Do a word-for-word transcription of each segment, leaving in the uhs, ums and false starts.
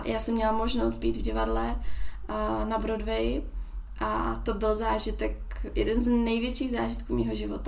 já jsem měla možnost být v divadle uh, na Broadway a to byl zážitek, jeden z největších zážitků mýho života.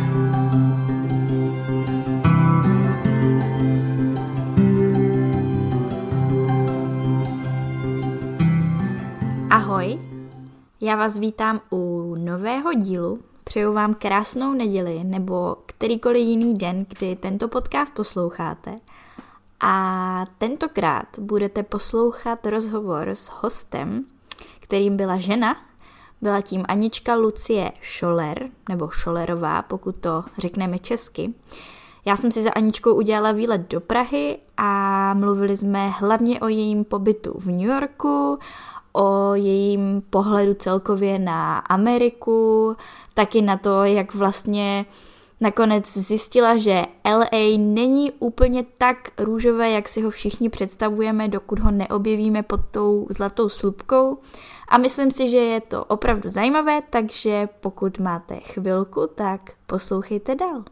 Ahoj, já vás vítám u nového dílu. Přeju vám krásnou neděli nebo kterýkoliv jiný den, kdy tento podcast posloucháte. A tentokrát budete poslouchat rozhovor s hostem, kterým byla žena. Byla tím Anička Lucie Scholler, nebo Schollerová, pokud to řekneme česky. Já jsem si za Aničkou udělala výlet do Prahy a mluvili jsme hlavně o jejím pobytu v New Yorku, o jejím pohledu celkově na Ameriku, taky na to, jak vlastně nakonec zjistila, že L A není úplně tak růžové, jak si ho všichni představujeme, dokud ho neobjevíme pod tou zlatou slupkou. A myslím si, že je to opravdu zajímavé, takže pokud máte chvilku, tak poslouchejte dál.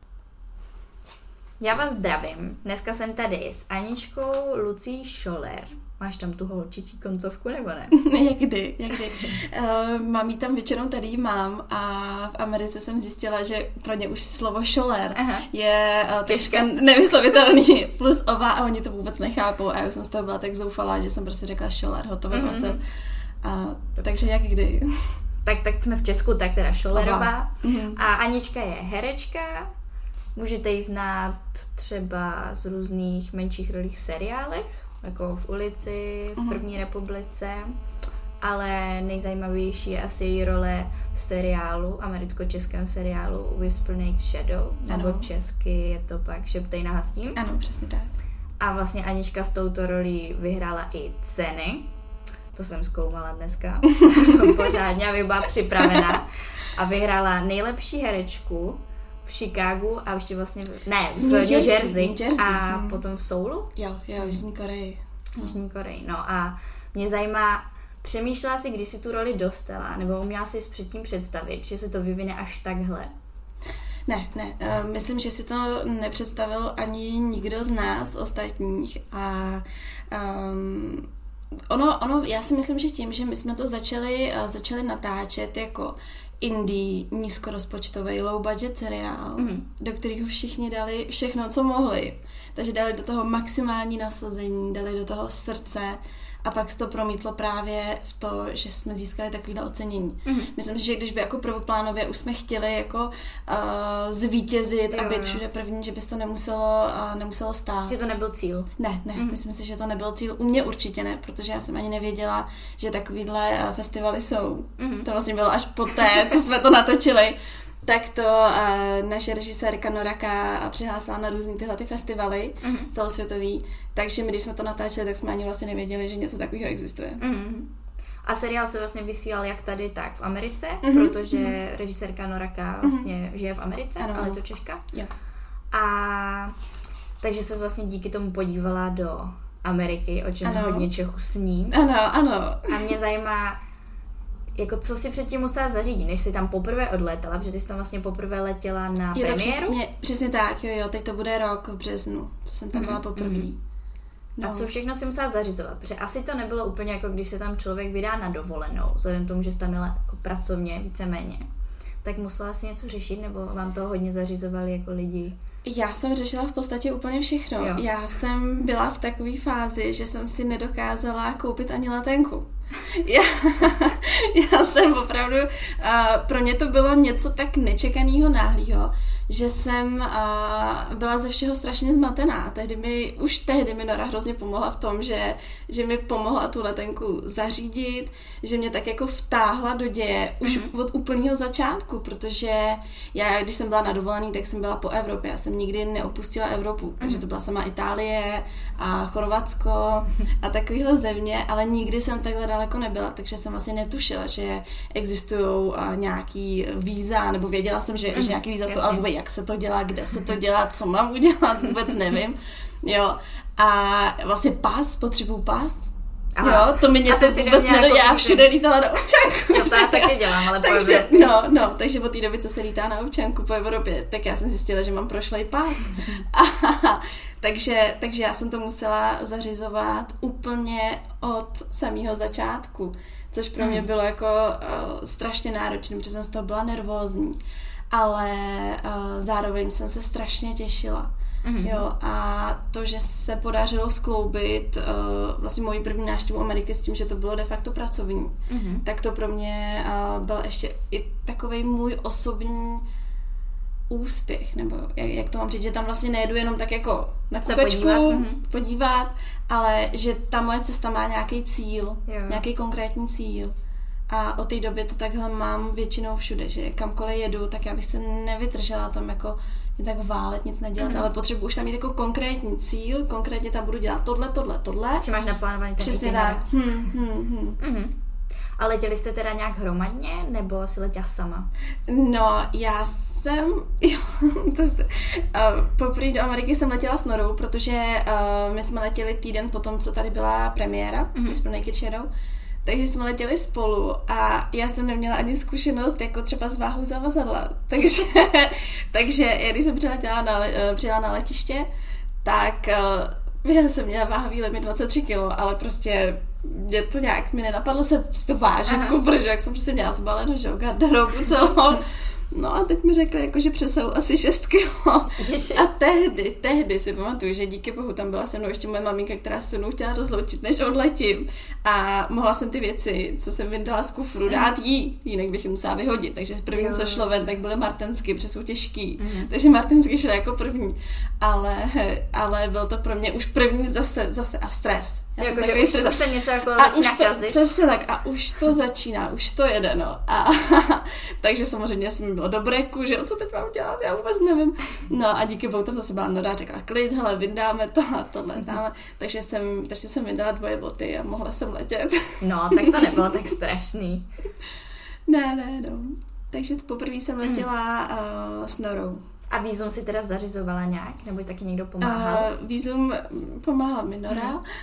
Já vás zdravím. Dneska jsem tady s Aničkou Lucí Scholler. Máš tam tu holčičí koncovku, nebo ne? Jakdy, jakdy. Uh, mám jí tam většinou, tady ji mám a v Americe jsem zjistila, že pro ně už slovo Scholler Aha. je uh, troška nevyslovitelný plus ova a oni to vůbec nechápou a já už jsem z toho byla tak zoufalá, že jsem prostě řekla Scholler, hotovo mm-hmm. dvacet. Uh, takže jak kdy? Tak, tak jsme v Česku, tak teda Schollerová. Mm-hmm. A Anička je herečka. Můžete ji znát třeba z různých menších rolí v seriálech, jako v Ulici, v První republice, ale nejzajímavější je asi její role v seriálu, americko-českém seriálu Whispering Shadow, ano. nebo česky je to pak Šeptej na hasním. Ano, přesně tak. A vlastně Anička s touto rolí vyhrála i ceny, to jsem zkoumala dneska, pořádně, abych byla připravená, a vyhrála nejlepší herečku v Chicagu a ještě vlastně, ne, v New Jersey, Jersey, New Jersey. A hmm. potom v Soulu. Jo, jo, v Jižní Koreji. Jižní Koreji, no a mě zajímá, přemýšlela si, když si tu roli dostala, nebo uměla si předtím představit, že se to vyvine až takhle? Ne, ne, uh, myslím, že si to nepředstavil ani nikdo z nás ostatních a um, ono, ono, já si myslím, že tím, že my jsme to začali, uh, začali natáčet jako indie, nízkorozpočtový, low budget seriál, mm. do kterého všichni dali všechno, co mohli. Takže dali do toho maximální nasazení, dali do toho srdce a pak se to promítlo právě v to, že jsme získali takovýhle ocenění. Mm. Myslím si, že když by jako prvoplánově už jsme chtěli jako uh, zvítězit jo, a být všude první, že bys to nemuselo, uh, nemuselo stát. Že to nebyl cíl. Ne, ne, mm. myslím si, že to nebyl cíl. U mě určitě ne, protože já jsem ani nevěděla, že takovýhle uh, festivaly jsou. Mm. To vlastně bylo až poté, co jsme to natočili. Tak to uh, naše režisérka Noraka přihlásila na různý tyhle ty festivaly mm-hmm. celosvětový, takže my, když jsme to natáčeli, tak jsme ani vlastně nevěděli, že něco takového existuje. Mm-hmm. A seriál se vlastně vysílal jak tady, tak v Americe, mm-hmm. protože mm-hmm. režisérka Noraka vlastně mm-hmm. žije v Americe, ano. ale je to Češka. Jo. A takže se vlastně díky tomu podívala do Ameriky, o čem ano. hodně Čechů sní. Ano, ano. A mě zajímá, jako co si předtím musela zařídit, než jsi tam poprvé odlétala, protože ty jsi tam vlastně poprvé letěla na je premiéru? Je to přesně, přesně tak, jo, jo, teď to bude rok v březnu, co jsem tam mm-hmm. byla poprvé. Mm-hmm. No. A co všechno si musela zařizovat? Protože asi to nebylo úplně jako když se tam člověk vydá na dovolenou, vzhledem k tomu, že jsi tam měla jako pracovně víceméně. Tak musela si něco řešit, nebo vám to hodně zařizovali jako lidi? Já jsem řešila v podstatě úplně všechno. Jo. Já jsem byla v takové fázi, že jsem si nedokázala koupit ani letenku. Já, já jsem opravdu, uh, pro mě to bylo něco tak nečekaného, náhlého, že jsem uh, byla ze všeho strašně zmatená. Tehdy mi, už tehdy mi Nora hrozně pomohla v tom, že, že mi pomohla tu letenku zařídit, že mě tak jako vtáhla do děje už mm-hmm. od úplného začátku, protože já, když jsem byla na dovolený, tak jsem byla po Evropě. Já jsem nikdy neopustila Evropu, mm-hmm. takže to byla sama Itálie a Chorvatsko a takovýhle země, ale nikdy jsem takhle daleko nebyla, takže jsem vlastně netušila, že existují nějaký víza, nebo věděla jsem, že, mm-hmm. že nějaký víza jsou, ale vůbec jak se to dělá, kde se to dělá, co mám udělat, vůbec nevím. Jo. A vlastně pás, potřebuju pás. Aha. Jo, to mi mě to vůbec nedá, já všude lítala na občanku. Jo, to já taky dělám, ale takže, po Evropě. No, no, takže od té doby, co se lítá na občanku po Evropě, tak já jsem zjistila, že mám prošlej pás. A, takže, takže já jsem to musela zařizovat úplně od samého začátku, což pro mě bylo jako uh, strašně náročné, protože jsem z toho byla nervózní, ale uh, zároveň jsem se strašně těšila. Mm-hmm. Jo, a to, že se podařilo skloubit uh, vlastně moji první návštěvu Ameriky s tím, že to bylo de facto pracovní, mm-hmm. tak to pro mě uh, byl ještě i takovej můj osobní úspěch, nebo jak, jak to mám říct, že tam vlastně nejedu jenom tak jako na kupečku, podívat, mm-hmm. podívat, ale že ta moje cesta má nějaký cíl, jo. nějaký konkrétní cíl. A od té doby to takhle mám většinou všude, že kamkoliv jedu, tak já bych se nevydržela tam jako jen tak válet, nic nedělat, mm-hmm. ale potřebuji už tam mít jako konkrétní cíl, konkrétně tam budu dělat tohle, tohle, tohle. Či máš naplánovaný ten Přesně tak. Hmm, hmm, hmm. Mm-hmm. A letěli jste teda nějak hromadně, nebo si letěla sama? No, já jsem, jo, to se, uh, poprvé do Ameriky jsem letěla s Norou, protože uh, my jsme letěli týden po tom, co tady byla premiéra, mm-hmm. my jsme Naked Shadow, takže jsme letěli spolu a já jsem neměla ani zkušenost jako třeba s váhou zavazadla, takže, takže když jsem přiletěla na, přijela na letiště, tak uh, já jsem měla váhový limit dvacet tři kilo, ale prostě mě to nějak, mi nenapadlo se to vážit, protože jak jsem prostě měla zbaleno, že jo, garderobu celou. No a teď mi řekli, jako, že přesahu asi šest kilo. A tehdy, tehdy si pamatuju, že díky bohu tam byla se mnou ještě moje maminka, která se mnou chtěla rozloučit, než odletím. A mohla jsem ty věci, co jsem vyndala z kufru, dát jí, jinak bych ji musela vyhodit. Takže první, jo. co šlo ven, tak byly martensky, protože jsou těžký. Mm. Takže martensky šly jako první. Ale, ale byl to pro mě už první zase, zase a stres. Já jako, že už, stres. Už se něco jako a začíná už to, kazit. Přesně tak. A už to začíná, už to jede, no. A, takže samozřejmě jsem bylo dobré, že co teď mám dělat, já vůbec nevím. No a díky bohu tam zase byla Nora, řekla klid, hele, vyndáme to a tohle, mm-hmm. takže jsem, takže jsem vydala dvoje boty a mohla jsem letět. No, tak to nebylo tak strašný. Ne, ne, no. Takže poprvé jsem letěla mm. uh, s Norou. A vízum si teda zařizovala nějak? Nebo taky někdo pomáhal? Uh, vízum pomáhala mi Nora. Mm.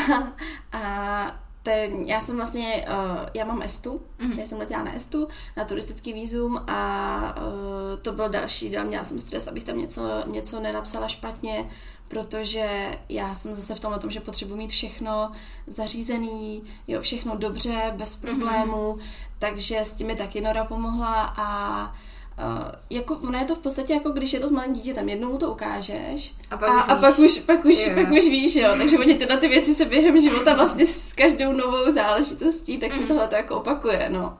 A, a ten, já jsem vlastně, uh, já mám Estu, mm-hmm. já jsem letěla na Estu, na turistický vízum a uh, to byl další, dal, měla jsem stres, abych tam něco, něco nenapsala špatně, protože já jsem zase v tomhle tom, že potřebuji mít všechno zařízený, jo, všechno dobře, bez problémů, mm-hmm. takže s tím mi taky Nora pomohla a Uh, jako, ono je to v podstatě jako když je to s malým dítětem, jednou mu to ukážeš a pak, a, už, a pak, už, pak, už, pak už víš, jo, takže oni tyhle ty věci se během života vlastně s každou novou záležitostí, tak mm. se tohle to jako opakuje, no.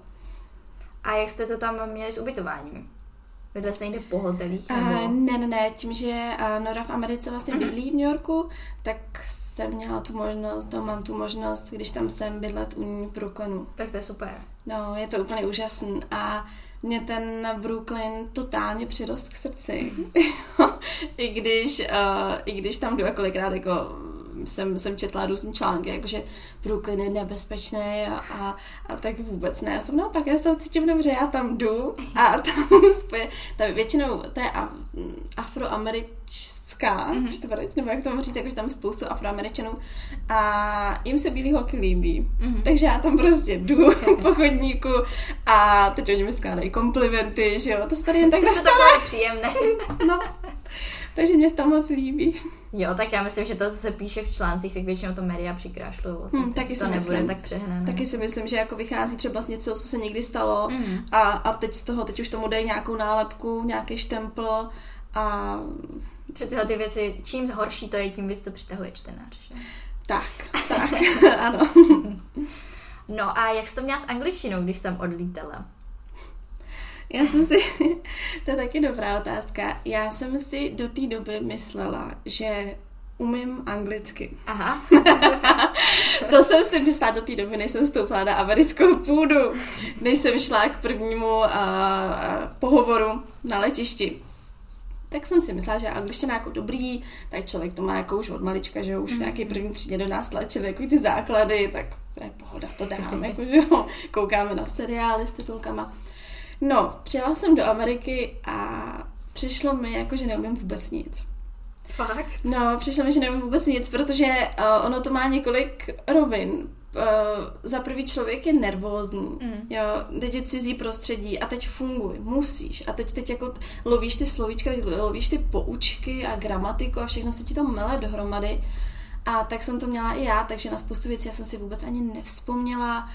A jak jste to tam měli s ubytováním? Vedle jste někde po hotelích? Nebo? Uh, ne, ne, ne, tím, že uh, Nora v Americe vlastně bydlí v New Yorku, tak jsem měla tu možnost, no, mám tu možnost, když tam jsem bydlet u ní v Brooklynu. Tak to je super. No, je to úplně úžasný a mě ten Brooklyn totálně přirost k srdci. I když, uh, i když tam jdu kolikrát jako jsem, jsem četla různý články, jakože Brooklyn je nebezpečný a, a, a tak vůbec ne. Já jsem naopak, já se tam cítím dobře, já tam jdu a tam spoje, tam většinou to je af, afroamerická mm-hmm. čtvrť, nebo jak to mám říct, jakože tam spoustu afroameričanů a jim se bílý holky líbí. Mm-hmm. Takže já tam prostě jdu po chodníku a teď oni mi skládají komplimenty, že jo, to se tady jen tak nastane. To je příjemné. No. Takže mě se tam moc líbí. Jo, tak já myslím, že to, co se píše v článcích, tak většinou to média přikrášlují. Hmm, taky to si nebude myslím, tak přehnané. Taky si myslím, že jako vychází třeba z něco, co se někdy stalo mm. a, a teď z toho, teď už tomu dají nějakou nálepku, nějaký štempl a... Třeba tyhle ty věci, čím horší to je, tím víc to přitahuje čtenáře. Že? Tak, tak, ano. No a jak jsi to měla s angličtinou, když jsem odlítala? Já jsem si, to je taky dobrá otázka, já jsem si do té doby myslela, že umím anglicky. Aha. To jsem si myslela do té doby, než jsem vstoupila na americkou půdu, než jsem šla k prvnímu uh, uh, pohovoru na letišti. Tak jsem si myslela, že angličtina jako dobrý, tak člověk to má jako už od malička, že jo, už mm. nějaký první třídě do nás tlačili jako ty základy, tak je pohoda, to dám, jako, že jo, koukáme na seriály s titulkama. No, přijela jsem do Ameriky a přišlo mi jako, že neumím vůbec nic. Fakt? No, přišlo mi, že neumím vůbec nic, protože uh, ono to má několik rovin, za prvý člověk je nervózní, mm. jo, teď je cizí prostředí a teď funguj, musíš a teď, teď jako t- lovíš ty slovíčka, lovíš ty poučky a gramatiku a všechno se ti to mele dohromady a tak jsem to měla i já, takže na spoustu věcí já jsem si vůbec ani nevzpomněla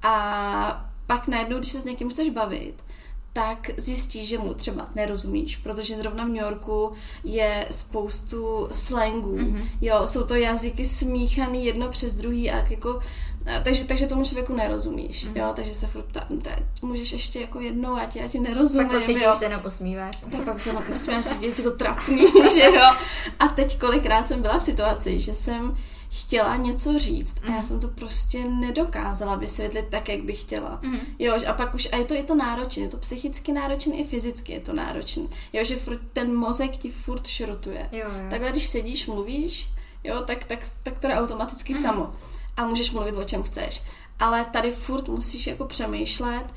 a pak najednou, když se s někým chceš bavit, tak zjistíš, že mu třeba nerozumíš, protože zrovna v New Yorku je spoustu slangů, mm-hmm. jo, jsou to jazyky smíchaný jedno přes druhý a jako, takže, takže tomu člověku nerozumíš, mm-hmm. jo, takže se furt ta, ta, můžeš ještě jako jednou, já ti, já ti nerozumím, pak jo. Pak se naposmíváš. Tak pak se naposmíváš, je ti to trapný, že jo. A teď kolikrát jsem byla v situaci, že jsem chtěla něco říct a já jsem to prostě nedokázala vysvětlit tak, jak bych chtěla. Mm. Jo, a pak už, a je to, je to náročné, je to psychicky náročné i fyzicky je to náročné. Jo, že furt, ten mozek ti furt šrotuje. Jo, jo. Takhle, když sedíš, mluvíš, jo, tak, tak, tak to je automaticky mm. samo. A můžeš mluvit o čem chceš. Ale tady furt musíš jako přemýšlet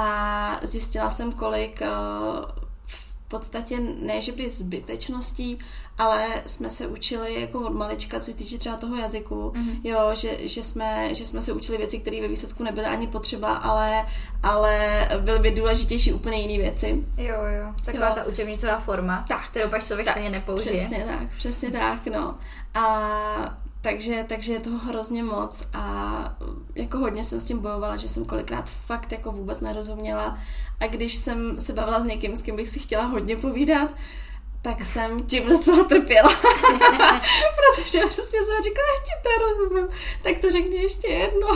a zjistila jsem, kolik uh, v podstatě ne, že by zbytečností, ale jsme se učili jako od malička, co se týče třeba toho jazyku, mm-hmm. jo, že, že, jsme, že jsme se učili věci, které ve výsledku nebyly ani potřeba, ale, ale byly by důležitější úplně jiné věci. Jo, jo, taková jo. Ta učebnicová forma, tak, kterou pak člověk stejně nepoužije. Přesně tak, přesně tak, no. A takže, takže je toho hrozně moc a jako hodně jsem s tím bojovala, že jsem kolikrát fakt jako vůbec nerozuměla a když jsem se bavila s někým, s kým bych si chtěla hodně povídat, tak jsem tím docela trpěla. Protože prostě jsem říkala, já ti to rozumím, tak to řekni ještě jednou.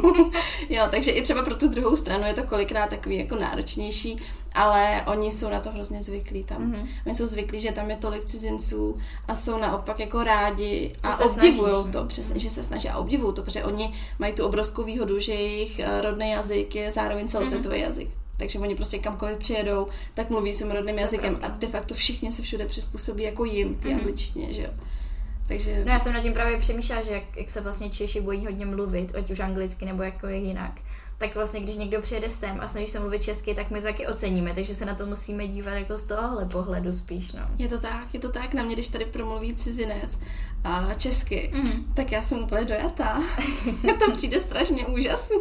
Jo, takže i třeba pro tu druhou stranu je to kolikrát takový jako náročnější, ale oni jsou na to hrozně zvyklí tam. Mm-hmm. Oni jsou zvyklí, že tam je tolik cizinců a jsou naopak jako rádi a obdivují to, přesně, že se snaží a obdivují to, protože oni mají tu obrovskou výhodu, že jejich rodný jazyk je zároveň celosvětový mm-hmm. jazyk. Takže oni prostě kamkoliv přijedou, tak mluví svým rodným jazykem a de facto všichni se všude přizpůsobí jako jim, ty mm-hmm. angličtině, že jo. Takže... No já jsem nad tím právě přemýšlela, že jak, jak se vlastně Češi bojí hodně mluvit, ať už anglicky nebo jako jinak, tak vlastně když někdo přijede sem a snaží se mluvit česky, tak my to taky oceníme, takže se na to musíme dívat jako z tohohle pohledu spíš, no. Je to tak, je to tak, na mě, když tady promluví cizinec a česky, mm. tak já jsem úplně dojatá. To přijde strašně úžasný.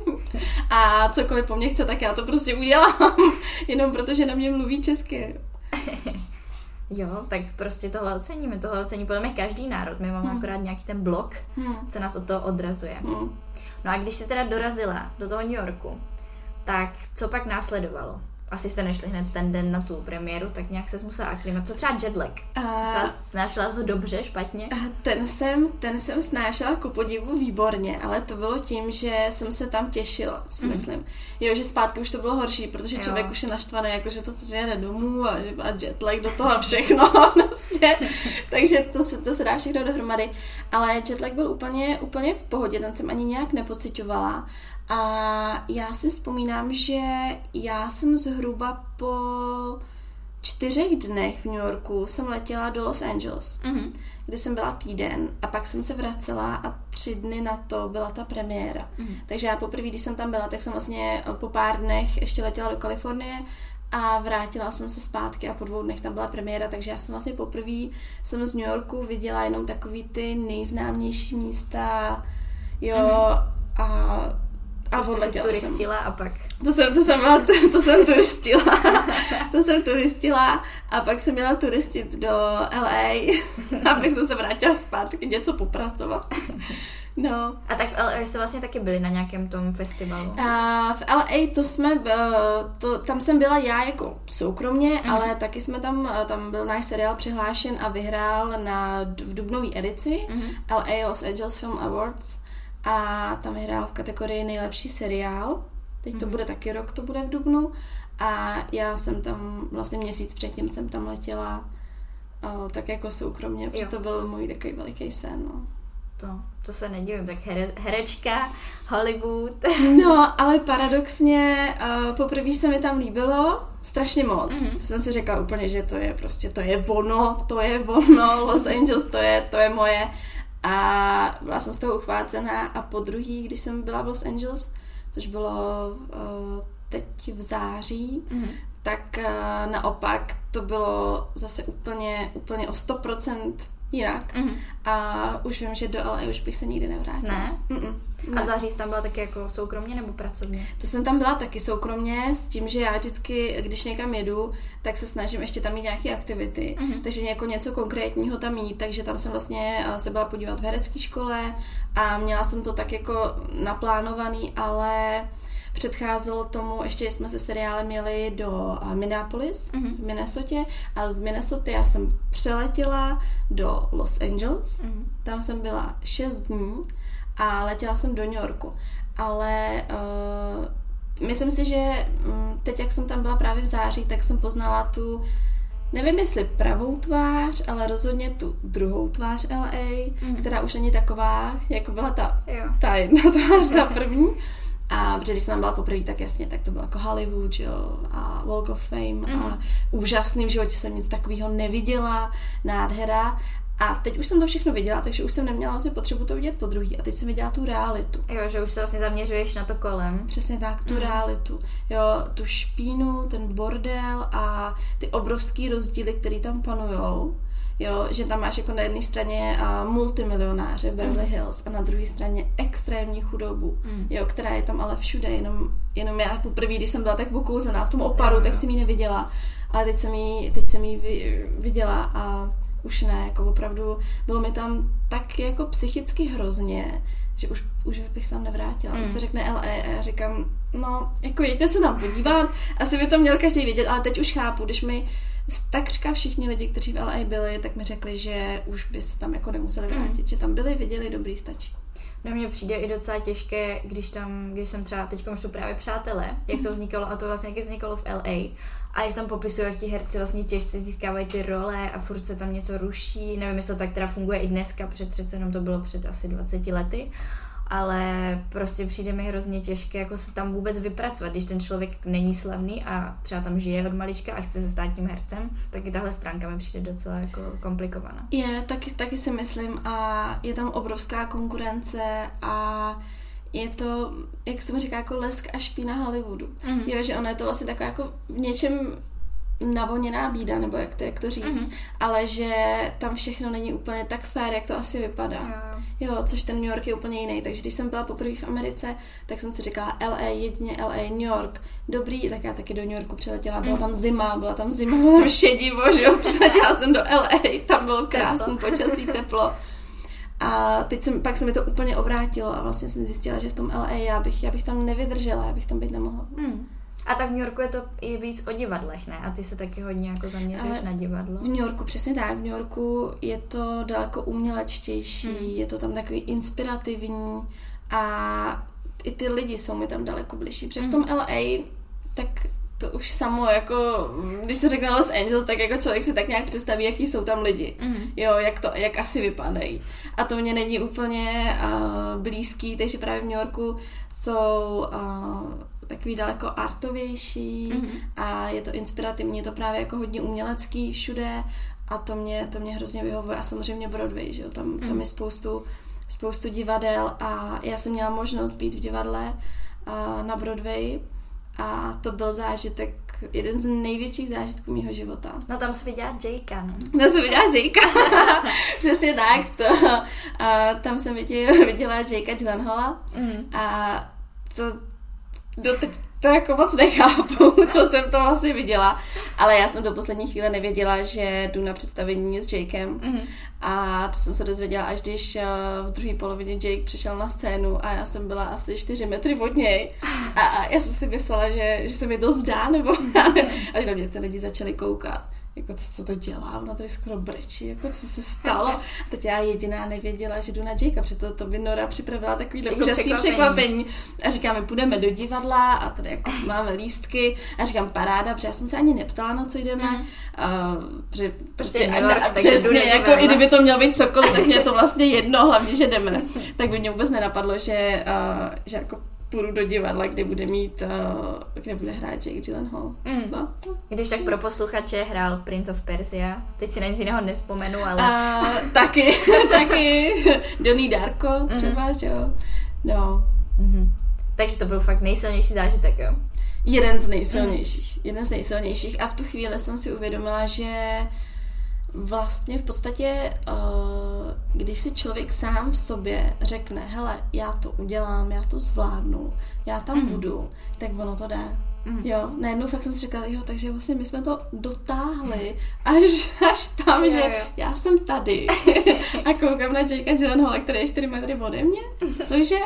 A cokoliv po mně chce, tak já to prostě udělám. Jenom protože na mě mluví česky. Jo, tak prostě tohle oceníme, tohle ocení podle mě každý národ, my máme hmm. akorát nějaký ten blok, hmm. co nás od toho odrazuje. Hmm. No a když jsi teda dorazila do toho New Yorku, tak co pak následovalo? Asi jste nešli hned ten den na tu premiéru, tak nějak se musela aklimatizovat. Co třeba jetlag? Uh, snášela to dobře, špatně? Uh, ten jsem, ten jsem snášela ku podivu výborně, ale to bylo tím, že jsem se tam těšila, si mm. myslím. Jo, že zpátky už to bylo horší, protože člověk jo. už je naštvaný, jako že to jede domů a, a jetlag do toho a všechno. Vlastně. Takže to se, to se dá všechno dohromady. Ale jetlag byl úplně, úplně v pohodě, ten jsem ani nějak nepociťovala. A já si vzpomínám, že já jsem zhruba po čtyřech dnech v New Yorku jsem letěla do Los Angeles, mm-hmm. kde jsem byla týden a pak jsem se vracela a tři dny na to byla ta premiéra. Mm-hmm. Takže já poprvé, když jsem tam byla, tak jsem vlastně po pár dnech ještě letěla do Kalifornie a vrátila jsem se zpátky a po dvou dnech tam byla premiéra, takže já jsem vlastně poprvé jsem z New Yorku viděla jenom takový ty nejznámější místa, jo, mm-hmm. a a prostě turistila a pak... To jsem, to jsem, byla, to, to jsem turistila. To jsem turistila a pak jsem měla turistit do L A a pak jsem se vrátila zpátky něco popracovat. No. A tak v L A jste vlastně taky byli na nějakém tom festivalu? A v L A to jsme, to, tam jsem byla já jako soukromně, mm. ale taky jsme tam, tam byl náš seriál přihlášen a vyhrál na, v dubnové edici mm. L A Los Angeles Film Awards. A tam vyhrál v kategorii nejlepší seriál. Teď to mm. bude taky rok, to bude v dubnu. A já jsem tam, vlastně měsíc předtím jsem tam letěla o, tak jako soukromně, protože to byl můj takový veliký sen. No. To, to se nedivím, tak here, herečka, Hollywood. No, ale paradoxně uh, poprvé se mi tam líbilo strašně moc. Mm-hmm. To jsem si řekla úplně, že to je prostě, to je ono, to je ono, Los Angeles, to je, to je moje. A byla jsem z toho uchvácená a po druhý, když jsem byla v Los Angeles, což bylo uh, teď v září, mm-hmm. tak uh, naopak to bylo zase úplně, úplně o sto procent jinak. Mm-hmm. A už vím, že do L A už bych se nikdy nevrátila. Ne? Mm-mm. A září jsi tam byla taky jako soukromně nebo pracovně? To jsem tam byla taky soukromně, s tím, že já vždycky, když někam jedu, tak se snažím ještě tam mít nějaké aktivity, mm-hmm. takže jako něco konkrétního tam mít, takže tam jsem vlastně se byla podívat v herecké škole a měla jsem to tak jako naplánovaný, ale předcházelo tomu, ještě jsme se seriálem jeli do Minneapolis, mm-hmm. v Minnesotě, a z Minnesoty já jsem přeletěla do Los Angeles, mm-hmm. tam jsem byla šest dní a letěla jsem do New Yorku, ale uh, myslím si, že um, teď, jak jsem tam byla právě v září, tak jsem poznala tu, nevím jestli pravou tvář, ale rozhodně tu druhou tvář L A, mm-hmm. která už není taková, jako byla ta, ta jedna tvář, ta první. A protože když jsem tam byla poprvé, tak jasně, tak to bylo jako Hollywood, jo, a Walk of Fame mm. a úžasný, v životě jsem nic takového neviděla, nádhera. A teď už jsem to všechno viděla, takže už jsem neměla vlastně potřebu to vidět po druhý. A teď jsem viděla tu realitu. Jo, že už se vlastně zaměřuješ na to kolem. Přesně tak, tu mm. realitu. Jo, tu špínu, ten bordel a ty obrovský rozdíly, které tam panujou. Jo, že tam máš jako na jedné straně uh, multimilionáře Beverly Hills a na druhé straně extrémní chudobu, mm. jo, která je tam ale všude, jenom, jenom já poprvé, když jsem byla tak okouzená v tom oparu, jo, tak jsem ji neviděla, ale teď jsem ji, teď jsem ji viděla a už ne, jako opravdu bylo mi tam tak jako psychicky hrozně, že už, už bych se tam nevrátila. Mm. Už se řekne L A a já říkám, no, jako jeďte se tam podívat, asi by to měl každý vědět, ale teď už chápu, když mi takřka všichni lidi, kteří v L A byli, tak mi řekli, že už by se tam jako nemuseli vrátit, mm. že tam byli, viděli, dobrý, stačí. No mně přijde i docela těžké, když tam, když jsem třeba teď jsou právě přátelé, jak to vznikalo, a to vlastně jak vznikalo v L A, a jak tam popisují, jak ti herci vlastně těžce získávají ty role a furt se tam něco ruší, nevím, jestli to tak teda funguje i dneska, před přece jenom to bylo před asi dvaceti lety, ale prostě přijde mi hrozně těžké jako se tam vůbec vypracovat, když ten člověk není slavný a třeba tam žije od malička a chce se stát tím hercem, tak i tahle stránka mi přijde docela jako komplikovaná. Je, taky, taky si myslím, a je tam obrovská konkurence a je to, jak se mi říká, jako lesk a špína Hollywoodu. Mm-hmm. Jo, že ono je to vlastně taková jako v něčem navoněná bída, nebo jak to, jak to říct, mm-hmm. ale že tam všechno není úplně tak fair, jak to asi vypadá. Yeah. Jo, což ten New York je úplně jiný. Takže když jsem byla poprvé v Americe, tak jsem si říkala L A, jedině L A, New York, dobrý, tak já taky do New Yorku přiletěla, byla mm. tam zima, byla tam zima, byla tam šedivo, že jo, přiletěla jsem do L A, tam bylo krásný počasí, teplo. A teď jsem, pak se mi to úplně obrátilo a vlastně jsem zjistila, že v tom L A já bych, já bych tam nevydržela, já bych tam být nemohla. Mm. A tak v New Yorku je to i víc o divadlech, ne? A ty se taky hodně jako zaměřuješ na divadlo. V New Yorku, přesně tak. V New Yorku je to daleko umělečtější, hmm. je to tam takový inspirativní a i ty lidi jsou mi tam daleko bližší. Protože hmm. v tom L A, tak to už samo jako, když se řekne Los Angeles, tak jako člověk si tak nějak představí, jaký jsou tam lidi. Mm. Jo, jak to, jak asi vypadají. A to mě není úplně uh, blízký, takže právě v New Yorku jsou uh, takový daleko artovější mm. a je to inspirativní, je to právě jako hodně umělecký všude a to mě, to mě hrozně vyhovuje. A samozřejmě Broadway, že jo, tam, mm. tam je spoustu, spoustu divadel a já jsem měla možnost být v divadle uh, na Broadway. A to byl zážitek, jeden z největších zážitků mýho života. No tam jsi viděla Jakea, ne? Tam jsem viděla Jakea, přesně tak. To, a tam jsem viděla, viděla Jakea Gyllenhaala mm. a to doteď to jako moc nechápu, co jsem to vlastně viděla, ale já jsem do poslední chvíle nevěděla, že jdu na představení s Jakem mm. a to jsem se dozvěděla, až když v druhé polovině Jake přišel na scénu a já jsem byla asi čtyři metry od něj a, a já jsem si myslela, že, že se mi to zdá, nebo a na mě ty lidi začali koukat. Jako, co, co to dělá, ona tady skoro brečí, jako, co se stalo. A teď já jediná nevěděla, že jdu na Jakea, protože to, to by Nora připravila takovýhle jako úžasný překvapení. překvapení. A říkáme, půjdeme do divadla a tady jako máme lístky a říkám, paráda, protože já jsem se ani neptala, na co jdeme. Mm. A, protože, prostě, a, a, a přesně, jako i kdyby to mělo být cokoliv, tak mě je to vlastně jedno, hlavně, že jdeme. Tak by mě vůbec nenapadlo, že, uh, že jako půjdu do divadla, kde bude mít, uh, kde bude hrát Jake Gyllenhaal. Mm. No. Když tak pro posluchače hrál Prince of Persia, teď si na nic jiného nespomenu, ale... Uh, taky, taky. Donnie Darko třeba, mm. jo. No. Mm-hmm. Takže to byl fakt nejsilnější zážitek, jo? Jeden z nejsilnějších. Mm. Jeden z nejsilnějších a v tu chvíli jsem si uvědomila, že vlastně v podstatě uh, když si člověk sám v sobě řekne, hele, já to udělám, já to zvládnu, já tam mm. budu, tak ono to jde. Mm. Jo, najednou fakt jsem si říkala, jo, takže vlastně my jsme to dotáhli až, až tam, jo, že jo. Já jsem tady a koukám na Jakea Gyllenhaala, který je čtyři metry ode mě, cože?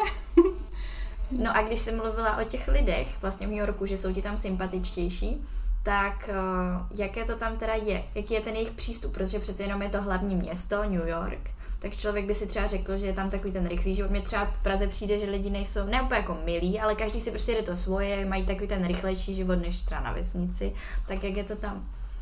No a když jsi mluvila o těch lidech vlastně v New Yorku, že jsou ti tam sympatičtější, tak uh, jaké to tam teda je? Jaký je ten jejich přístup? Protože přece jenom je to hlavní město, New York, tak člověk by si třeba řekl, že je tam takový ten rychlý život. Mně třeba v Praze přijde, že lidi nejsou ne úplně jako milí, ale každý si prostě jde to svoje, mají takový ten rychlejší život než třeba na vesnici. Tak jak je to tam?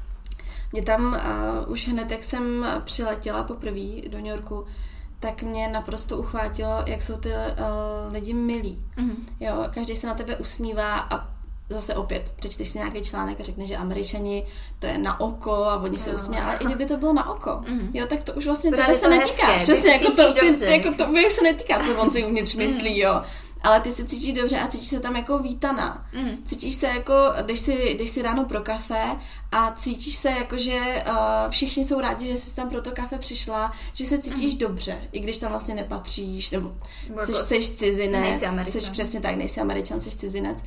Mě tam uh, už hned, jak jsem přiletěla poprvé do New Yorku, tak mě naprosto uchvátilo, jak jsou ty uh, lidi milí. Mm-hmm. Jo, každý se na tebe usmívá a zase opět, přečteš si nějaký článek a řekne, že Američani to je na oko a oni se usmějí, ale i kdyby to bylo na oko, mm-hmm. jo, tak to už vlastně tebe se netýká. Hezké, přesně, jako to, ty, ty, jako to už se netýká, co on si uvnitř myslí, jo. Ale ty se cítíš dobře a cítíš se tam jako vítaná. Mm. Cítíš se jako, když si, když si ráno pro kafe a cítíš se jako, že uh, všichni jsou rádi, že jsi tam pro to kafe přišla, že se cítíš mm. dobře, i když tam vlastně nepatříš, nebo jsi, jsi cizinec, jsi přesně tak, nejsi Američan, jsi cizinec.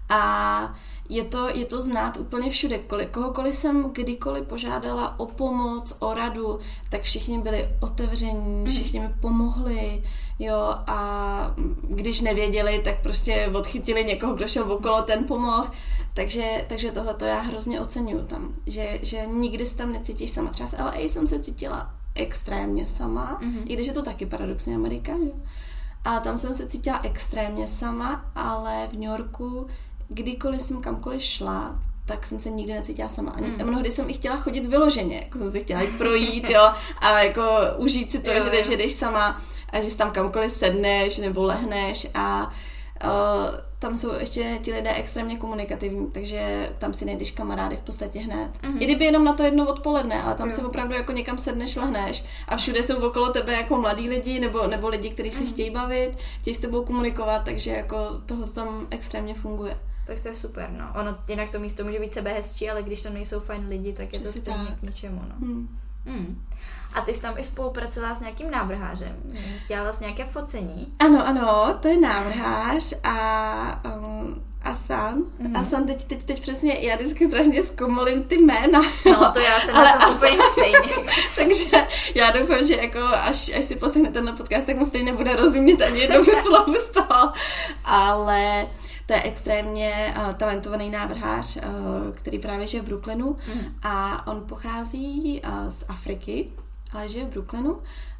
A je to, je to znát úplně všude. Koli, kohokoliv jsem kdykoliv požádala o pomoc, o radu, tak všichni byli otevření, všichni mi pomohli, jo, a když nevěděli, tak prostě odchytili někoho, kdo šel okolo, ten pomohl. Takže, takže tohle to já hrozně oceňuju tam, že, že nikdy se tam necítíš sama. Třeba v L A jsem se cítila extrémně sama, mm-hmm. i když je to taky paradoxně Amerika, jo. A tam jsem se cítila extrémně sama, ale v New Yorku kdykoliv jsem kamkoliv šla, tak jsem se nikdy necítila sama. Ani mm. mnohdy jsem i chtěla chodit vyloženě, jako jsem si chtěla jít projít, jo, a jako užít si to, jo, že, jdeš, že jdeš sama a že si tam kamkoliv sedneš nebo lehneš a uh, tam jsou ještě ti lidé extrémně komunikativní, takže tam si najdeš kamarády v podstatě hned. Mm. I kdyby jenom na to jedno odpoledne, ale tam jo. si opravdu jako někam sedneš, lehneš a všude jsou okolo tebe jako mladí lidi nebo, nebo lidi, kteří si mm. chtějí bavit, chtějí s tebou komunikovat, takže jako tohle tam extrémně funguje. Tak to je super, no. Ono, jinak to místo může být sebehezčí, ale když tam nejsou fajn lidi, tak je Přesně to stejně tak. k ničemu, no. Hmm. Hmm. A ty jsi tam i spolupracovala s nějakým návrhářem. Jsi dělala jsi nějaké focení. Ano, ano, to je návrhář a um, Asan. Mm. Asan teď, teď, teď přesně, já vždycky strašně zkomolím ty jména. No, to já jsem ale na to úplně stejně. Takže já doufám, že jako až, až si poslechnete ten podcast, tak mu stejně nebude rozumět ani jednomu slovu z toho. Ale to je extrémně uh, talentovaný návrhář, uh, který právě žije v Brooklynu mm. a on pochází uh, z Afriky, ale žije v Brooklynu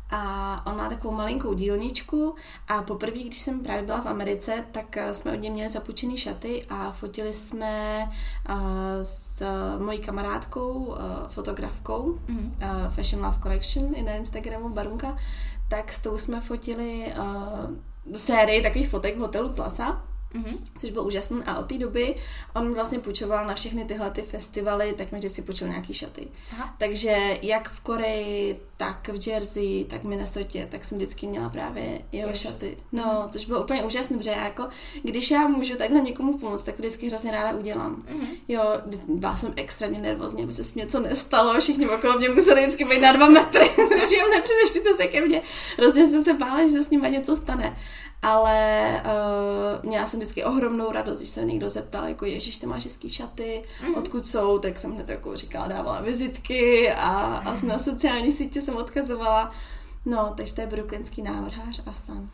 a on má takovou malinkou dílničku a poprvé, když jsem právě byla v Americe, tak uh, jsme od něj měli zapůjčený šaty a fotili jsme uh, s uh, mojí kamarádkou, uh, fotografkou mm. uh, Fashion Love Collection i na Instagramu Barunka, tak s tou jsme fotili uh, sérii takových fotek v hotelu Plaza. Mm-hmm. Což bylo úžasné a od té doby on vlastně půjčoval na všechny tyhle ty festivaly, tak mi vždycky půjčil nějaký šaty. Aha. Takže jak v Koreji, tak v Jersey, tak v Minnesotě, tak jsem vždycky měla právě jeho Jež. šaty. No, mm-hmm. což bylo úplně úžasné, protože já jako, když já můžu takhle někomu pomoct, tak to vždycky hrozně ráda udělám. Mm-hmm. Jo, byla jsem extrémně nervózně, aby se s něco nestalo, všichni okolo mě museli vždycky být na dva metry, takže jim nepřineštěte se ke mně. Hrozně jsem se bála, že se s nima něco stane. Ale uh, měla jsem vždycky ohromnou radost, když se někdo zeptal, jako ježiš, ty máš hezký šaty, mm. odkud jsou, tak jsem hned jako říkala, dávala vizitky a, a na sociální sítě jsem odkazovala. No, takže to je brooklynský návrhář Asan.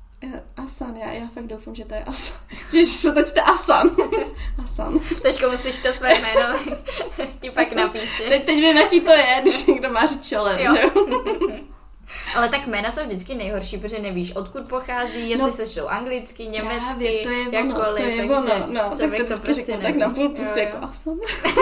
Asan, já, já fakt doufám, že to je Asan. Že se to čte Asan. Asan. Teďko musíš to své jméno, ti pak Asan. Napíši. Teď, teď vím, jaký to je, když někdo má říct čeler, že jo? Ale tak jména jsou vždycky nejhorší, protože nevíš, odkud pochází, jestli no, se šou anglicky, německy, právě, to je ono, jakkoliv, to je ono, no, tak to, to prostě řeknu tak na půl pusy, jako Asan.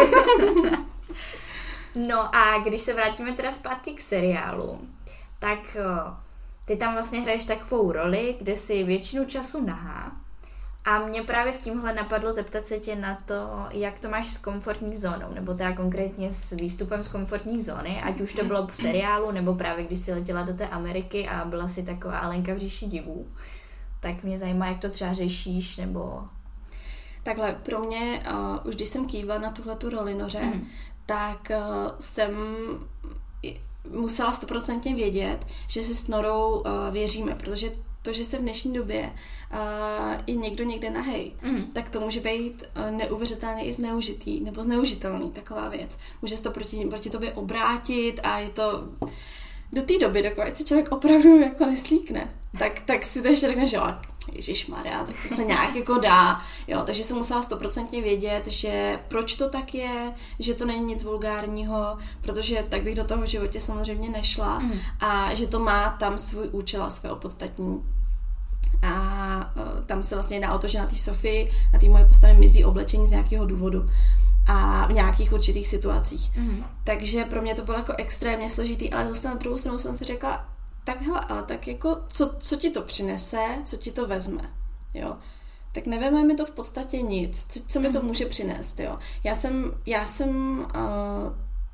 No a když se vrátíme teda zpátky k seriálu, tak ty tam vlastně hraješ takovou roli, kde jsi většinu času nahá. A mě právě s tímhle napadlo zeptat se tě na to, jak to máš s komfortní zónou, nebo teda konkrétně s výstupem z komfortní zóny, ať už to bylo v seriálu, nebo právě když jsi letěla do té Ameriky a byla si taková Alenka v říši divů. Tak mě zajímá, jak to třeba řešíš, nebo... Takhle, pro mě, uh, už když jsem kývala na tuhletu roli Noře, mm. tak uh, jsem musela stoprocentně vědět, že si s Norou uh, věříme, protože to, že se v dnešní době uh, je někdo někde nahej, mm. tak to může být uh, neuvěřitelně i zneužitý nebo zneužitelný, taková věc. Může se to proti, proti tobě obrátit a je to do té doby, dokud si člověk opravdu jako neslíkne, tak, tak si to ještě řekne, že ježišmarja, tak to se nějak jako dá. Jo, takže jsem musela stoprocentně vědět, že proč to tak je, že to není nic vulgárního, protože tak bych do toho v životě samozřejmě nešla mm. a že to má tam svůj účel a své opodstatnění. A uh, tam se vlastně jedná o to, že na té Sofii, na té moje postavě mizí oblečení z nějakého důvodu a v nějakých určitých situacích. Mm. Takže pro mě to bylo jako extrémně složitý, ale zase na druhou stranu jsem si řekla, tak hele, ale tak jako, co, co ti to přinese, co ti to vezme, jo. Tak neveme mi to v podstatě nic, co, co mi to může přinést, jo. Já jsem, já jsem uh,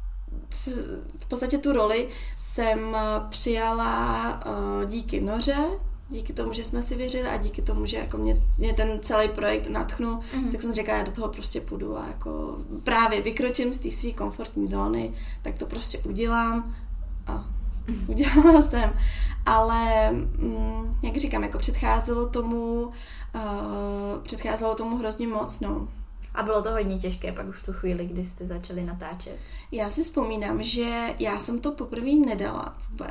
v podstatě tu roli jsem přijala uh, díky Noře, díky tomu, že jsme si věřili a díky tomu, že jako mě, mě ten celý projekt nadchnul, mm. tak jsem řekla, já do toho prostě půjdu a jako právě vykročím z té své komfortní zóny, tak to prostě udělám a udělala jsem, ale mm, jak říkám, jako předcházelo tomu uh, předcházelo tomu hrozně moc, no. A bylo to hodně těžké pak už tu chvíli, kdy jste začali natáčet? Já si vzpomínám, že já jsem to poprvé nedala vůbec.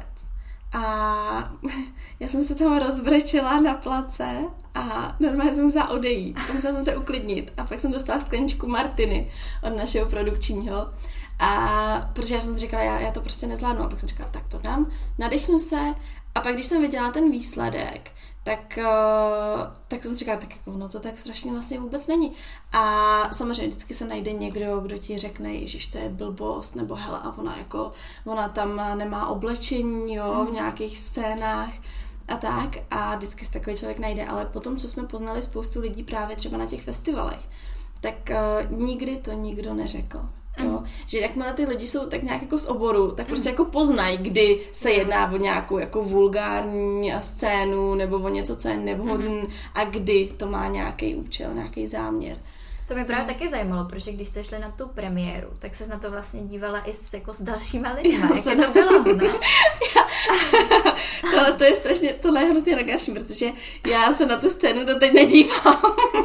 A já jsem se tam rozbrečela na place a normálně jsem musela odejít. Musela jsem se uklidnit a pak jsem dostala skleničku Martiny od našeho produkčního. A protože já jsem si říkala, já, já to prostě nezvládnu. A pak jsem říkala, tak to dám, nadechnu se. A pak, když jsem viděla ten výsledek, tak, uh, tak jsem si říkala, tak jako no to tak strašně vlastně vůbec není. A samozřejmě vždycky se najde někdo, kdo ti řekne, ježiš, to je blbost, nebo hele, a ona jako, ona tam nemá oblečení, jo, v nějakých scénách a tak. A vždycky se takový člověk najde. Ale potom, co jsme poznali spoustu lidí právě třeba na těch festivalech, tak uh, nikdy to nikdo neřekl. Jo? Že jakmile ty lidi jsou tak nějak jako z oboru, tak prostě jako poznají, kdy se jedná o nějakou jako vulgární scénu nebo o něco, co je nevhodné a kdy to má nějaký účel, nějaký záměr. To mě právě no. taky zajímalo, protože když jste šli na tu premiéru, tak ses na to vlastně dívala i s, jako s dalšíma lidma. Jak to bylo, ne? Ale to je strašně, tohle je hrozně legrační, protože já se na tu scénu doteď nedívám.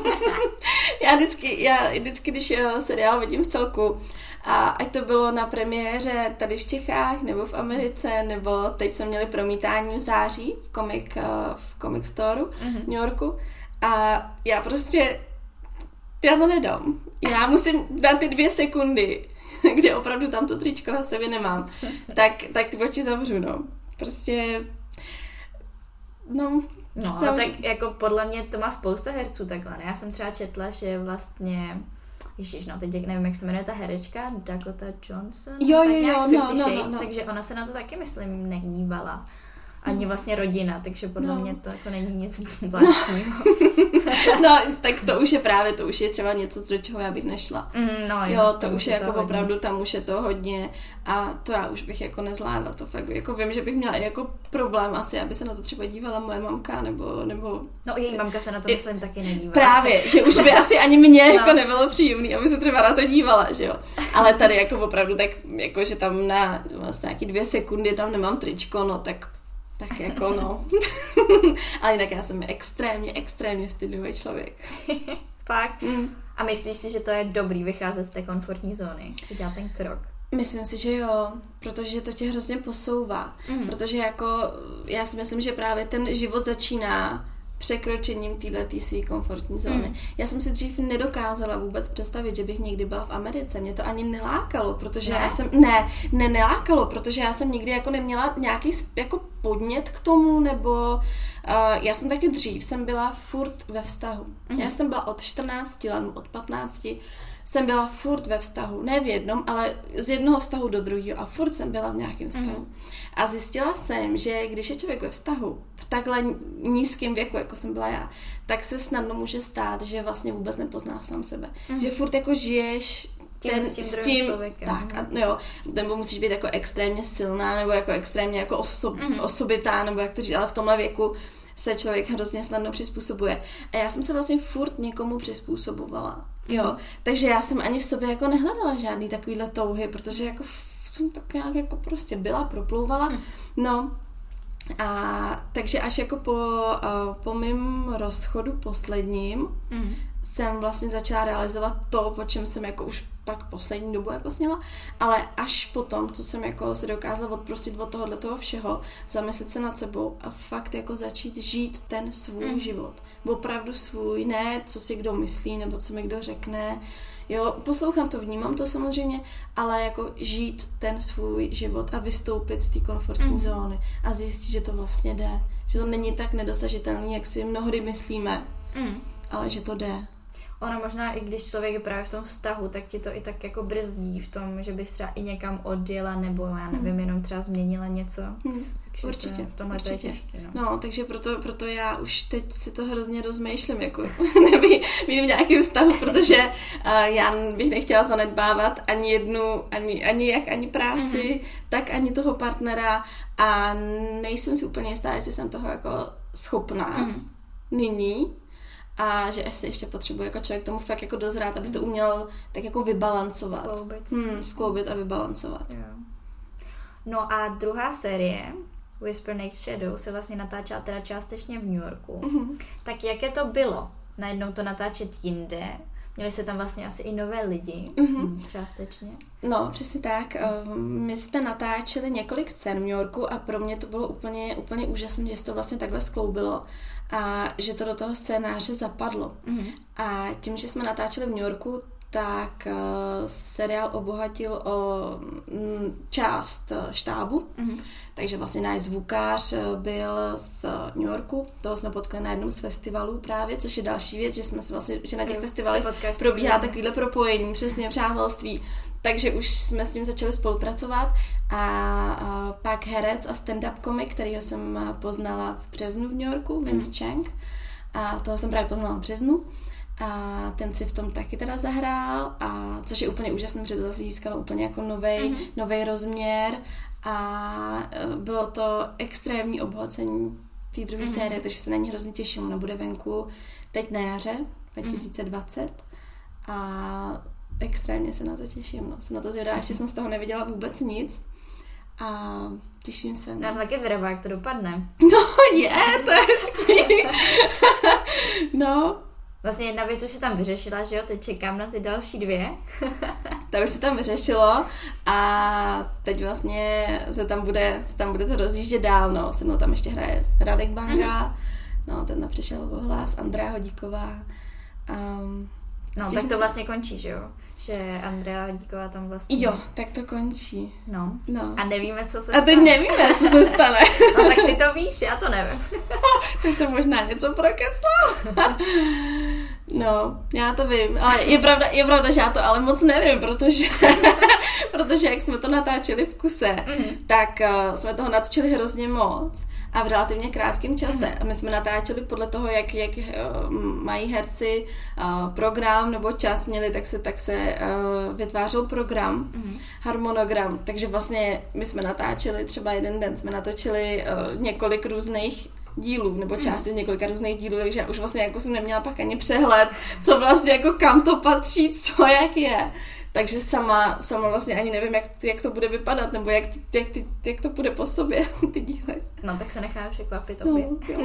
já, vždycky, já vždycky, když seriál vidím v celku, a ať to bylo na premiéře tady v Čechách, nebo v Americe, nebo teď jsme měli promítání v září v Comic, v Comic Storeu v New Yorku. A já prostě já to nedám. Já musím dát ty dvě sekundy, kde opravdu tam to tričko na sebe nemám. Tak, tak ty oči zavřu, no. Prostě, no. No, tam... tak jako podle mě to má spousta herců takhle, ne? Já jsem třeba četla, že vlastně, ježiš, no teď nevím, jak se jmenuje ta herečka, Dakota Johnson? Jo, jo, jo, no, no, Shades, no, no. Takže ona se na to taky, myslím, nedívala. Ani vlastně rodina, takže podle no. mě to jako není nic zvláštního. No, tak to už je právě, to už je třeba něco, do čeho já bych nešla. Mm, no, jo, jo, to, to už je jako hodně. Opravdu, tam už je to hodně a to já už bych jako nezvládla, to fakt, jako vím, že bych měla i jako problém asi, aby se na to třeba dívala moje mamka, nebo, nebo... No, její mamka se na to myslím taky nedívala. Právě, že už by asi ani mě no. jako nebylo příjemný, aby se třeba na to dívala, že jo. Ale tady jako opravdu tak, jako že tam na vlastně nějaký dvě sekundy tam nemám tričko, no tak Tak jako no. Ale jinak já jsem extrémně, extrémně stydlivý člověk. Fakt? Mm. A myslíš si, že to je dobrý vycházet z té komfortní zóny? Udělat ten krok? Myslím si, že jo, protože to tě hrozně posouvá. Mm. Protože jako, já si myslím, že právě ten život začíná překročením téhletý svý komfortní zóny. Mm. Já jsem si dřív nedokázala vůbec představit, že bych někdy byla v Americe. Mě to ani nelákalo, protože ne? já jsem... Ne, ne, nelákalo, protože já jsem nikdy jako neměla nějaký jako podnět k tomu, nebo uh, já jsem taky dřív, jsem byla furt ve vztahu. Mm. Já jsem byla od čtrnácti let, od patnácti jsem byla furt ve vztahu. Ne v jednom, ale z jednoho vztahu do druhého a furt jsem byla v nějakém vztahu. Mm. A zjistila jsem, že když je člověk ve vztahu, v takhle nízkém věku, jako jsem byla já, tak se snadno může stát, že vlastně vůbec nepozná sám sebe. Mm. Že furt jako žiješ ten, tím, s tím, tím člověkem. Tak, a, jo, nebo musíš být jako extrémně silná, nebo jako extrémně jako osob, mm. osobitá, nebo jak to říct, ale v tomhle věku se člověk hrozně snadno přizpůsobuje. A já jsem se vlastně furt někomu přizpůsobovala. Jo, takže já jsem ani v sobě jako nehledala žádný takovýhle touhy, protože jako jsem tak nějak jako prostě byla, proplouvala. Hmm. No, a takže až jako po, uh, po mým rozchodu posledním mm. jsem vlastně začala realizovat to, o čem jsem jako už pak poslední dobu jako sněla, ale až potom, co jsem jako se dokázala odprostit od tohohle toho všeho, zamyslet se nad sebou a fakt jako začít žít ten svůj mm. život. Opravdu svůj, ne co si kdo myslí, nebo co mi kdo řekne. Jo, poslouchám to, vnímám to samozřejmě, ale jako žít ten svůj život a vystoupit z té komfortní mm. zóny a zjistit, že to vlastně jde. Že to není tak nedosažitelný, jak si mnohdy myslíme, mm. ale že to jde. Ono možná, i když člověk je právě v tom vztahu, tak ti to i tak jako brzdí v tom, že bys třeba i někam odjela, nebo já nevím, mm. jenom třeba změnila něco. Mm. Takže určitě, to, v určitě. Je těžký, no. no, takže proto, proto já už teď si to hrozně rozmýšlím, jako nebým v nějakém vztahu, protože uh, já bych nechtěla zanedbávat ani jednu, ani, ani jak, ani práci, mm-hmm. tak ani toho partnera a nejsem si úplně jistá, jestli jsem toho jako schopná mm-hmm. nyní. A že asi ještě potřebuje jako člověk tomu fakt jako dozrát, aby to uměl tak jako vybalancovat. Skloubit. Hmm, skloubit a vybalancovat. Jo. No a druhá série, Whisper Next Shadow, se vlastně natáčela teda částečně v New Yorku. Mm-hmm. Tak jaké to bylo? Najednou to natáčet jinde? Měli se tam vlastně asi i nové lidi, mm-hmm. částečně. No, přesně tak. My jsme natáčeli několik scén v New Yorku a pro mě to bylo úplně, úplně úžasné, že se to vlastně takhle skloubilo a že to do toho scénáře zapadlo. Mm-hmm. A tím, že jsme natáčeli v New Yorku, tak uh, seriál obohatil o m, část uh, štábu. Mm-hmm. Takže vlastně náš zvukář byl z New Yorku, toho jsme potkali na jednom z festivalů právě, což je další věc, že jsme se vlastně, že na těch festivalech probíhá takovýhle propojení, přesně přátelství. Takže už jsme s tím začali spolupracovat a, a pak herec a stand-up komik, kterýho jsem poznala v březnu v New Yorku, Vince mm-hmm. Chang, a toho jsem právě poznala v březnu. A ten si v tom taky teda zahrál, a což je úplně úžasný, protože to zase získalo úplně jako novej, mm-hmm. novej rozměr a bylo to extrémní obohacení té druhé mm-hmm. série, takže se na ní hrozně těším. Ona bude venku teď na jaře dva tisíce dvacet mm-hmm. a extrémně se na to těším. No. Jsem na to zvědavá, ještě jsem z toho neviděla vůbec nic a těším se. No. Já jsem taky zvědavá, jak to dopadne. No je, to je hezký. No. Vlastně jedna věc už se tam vyřešila, že jo? Teď čekám na ty další dvě. To už se tam vyřešilo a teď vlastně se tam bude, se tam bude to rozjíždět dál, no. Se mnou tam ještě hraje Radek Banga, mm-hmm. no, ten tam přišel o hlas, Andrea Hodíková. Um, no, tak to vlastně končí, že jo? Že Andrea Hodíková tam vlastně... Jo, tak to končí. No. no. A nevíme, co se a stane. A teď nevíme, co se stane. No tak ty to víš, já to nevím. Teď to možná něco prokecla. No, já to vím, ale je pravda, je pravda, že já to ale moc nevím, protože, protože jak jsme to natáčeli v kuse, mm-hmm. tak uh, jsme toho natáčeli hrozně moc a v relativně krátkém čase. Mm-hmm. A my jsme natáčeli podle toho, jak, jak uh, mají herci uh, program nebo čas měli, tak se, tak se uh, vytvářel program, mm-hmm. harmonogram. Takže vlastně my jsme natáčeli třeba jeden den, jsme natočili uh, několik různých dílů, nebo části z několika různých dílů, takže já už vlastně jako jsem neměla pak ani přehled, co vlastně jako kam to patří, co jak je. Takže sama, sama vlastně ani nevím, jak, jak to bude vypadat, nebo jak, jak, jak, jak to bude po sobě, ty díly. No tak se necháme překvapit opět. No,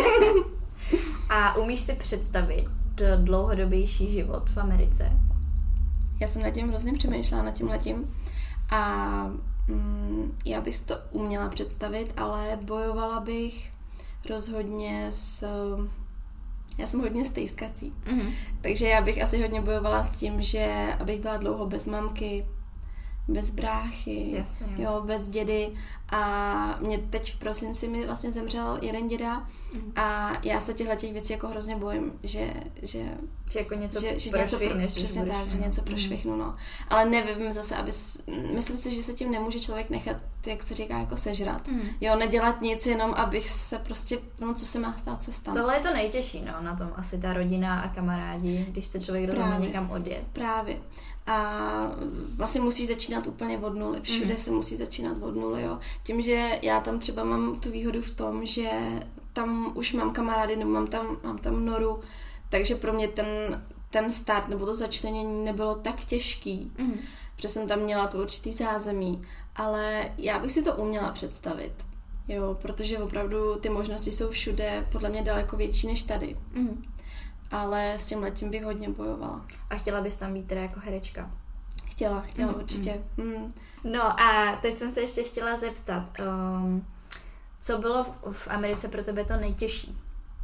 a umíš si představit dlouhodobější život v Americe? Já jsem nad tím hrozně přemýšlela, nad tím letím. A mm, já bych to uměla představit, ale bojovala bych rozhodně s... Já jsem hodně stejskací. Mm-hmm. Takže já bych asi hodně bojovala s tím, že abych byla dlouho bez mamky, bez bráchy, Jasně. jo, bez dědy. A mě teď v prosinci mi vlastně zemřel jeden děda mm. a já se těchto těch věcí jako hrozně bojím, že že, že jako něco že, že něco pro, přesně tak, no. že něco prošvihnu, no. Ale nevím zase, aby, myslím si, že se tím nemůže člověk nechat, jak se říká, jako sežrat. Mm. Jo, nedělat nic, jenom abych se prostě, no co se má stát, se stane. Tohle je to nejtěžší, no, na tom asi ta rodina a kamarádi, když se člověk rozhodne někam odjet. Právě. A vlastně musí začínat úplně od nuly. Všude mm. se musí začínat od nuly, jo. Tím, že já tam třeba mám tu výhodu v tom, že tam už mám kamarády, nebo mám tam, mám tam Noru, takže pro mě ten, ten start nebo to začlenění nebylo tak těžký. Mm. protože jsem tam měla to určitý zázemí, ale já bych si to uměla představit, jo, protože opravdu ty možnosti jsou všude podle mě daleko větší než tady. Mm. Ale s tím letím bych hodně bojovala. A chtěla bys tam být teda jako herečka? Chtěla, chtěla mm. určitě. Mm. No a teď jsem se ještě chtěla zeptat, um, co bylo v, v Americe pro tebe to nejtěžší?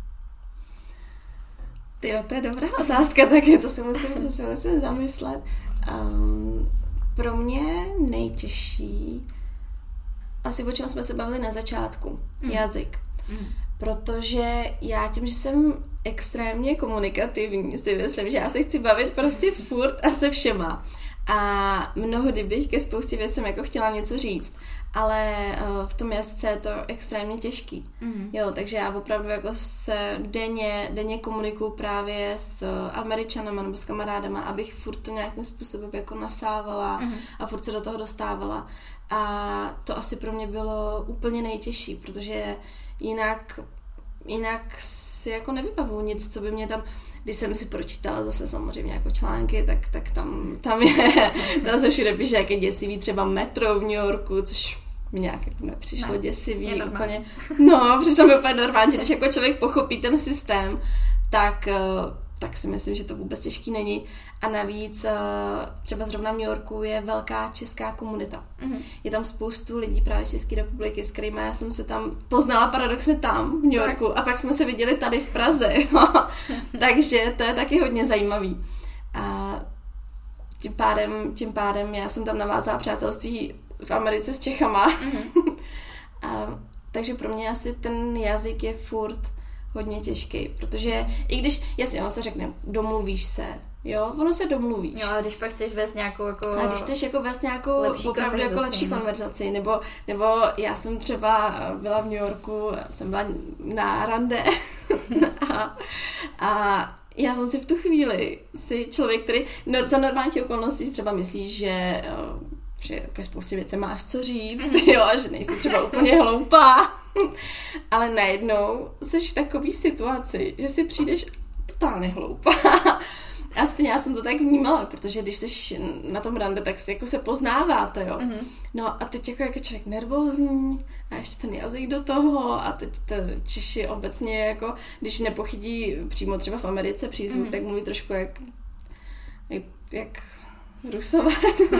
Tyjo, to je dobrá otázka, taky to si musím, to si musím zamyslet. Um, pro mě nejtěžší, asi o čem jsme se bavili na začátku, mm. jazyk. Mm. Protože já tím, že jsem extrémně komunikativní, si myslím, že já se chci bavit prostě furt a se všema. A mnohdy bych ke spoustě věcem jako chtěla něco říct, ale uh, v tom jazyce je to extrémně těžký. Mm-hmm. Jo, takže já opravdu jako se denně, denně komunikuju právě s Američanama nebo s kamarádama, abych furt to nějakým způsobem jako nasávala mm-hmm. a furt se do toho dostávala. A to asi pro mě bylo úplně nejtěžší, protože jinak, jinak si jako nevybavuju nic, co by mě tam... Když jsem si pročítala zase samozřejmě jako články, tak, tak tam, tam je, tam se všude píše, jak je děsivý třeba metro v New Yorku, což mi nějak jako nepřišlo ne, děsivý úplně. No, přišlo mi úplně normálně, když jako člověk pochopí ten systém, tak, tak si myslím, že to vůbec těžký není. A navíc třeba zrovna v New Yorku je velká česká komunita. Mm-hmm. Je tam spoustu lidí právě z České republiky, s kterými já jsem se tam poznala paradoxně tam v New Yorku tak. A pak jsme se viděli tady v Praze. Takže to je taky hodně zajímavý. A tím pádem, tím pádem já jsem tam navázala přátelství v Americe s Čechama. Mm-hmm. A, takže pro mě asi ten jazyk je furt hodně těžký, protože i když, jasně, ono se řekne, domluvíš se, jo, ono se domluvíš. Jo, a když pak chceš vést nějakou jako... A když chceš jako vést nějakou opravdu jako lepší konverzaci, nebo, nebo já jsem třeba byla v New Yorku, jsem byla na rande a, a já jsem si v tu chvíli, si člověk, který no, za normální okolností třeba myslíš, že že ke spoustě věcí máš co říct, jo, a že nejsi třeba úplně hloupá. Ale najednou jsi v takové situaci, že si přijdeš totálně hloupá. Aspoň já jsem to tak vnímala, protože když jsi na tom rande, tak si jako se poznáváte, jo. Mm-hmm. No a teď jako, jako člověk nervózní a ještě ten jazyk do toho a teď te Češi obecně jako, když nepochytí přímo třeba v Americe přízvuk, mm-hmm. tak mluví trošku jak, jak, jak Rusové.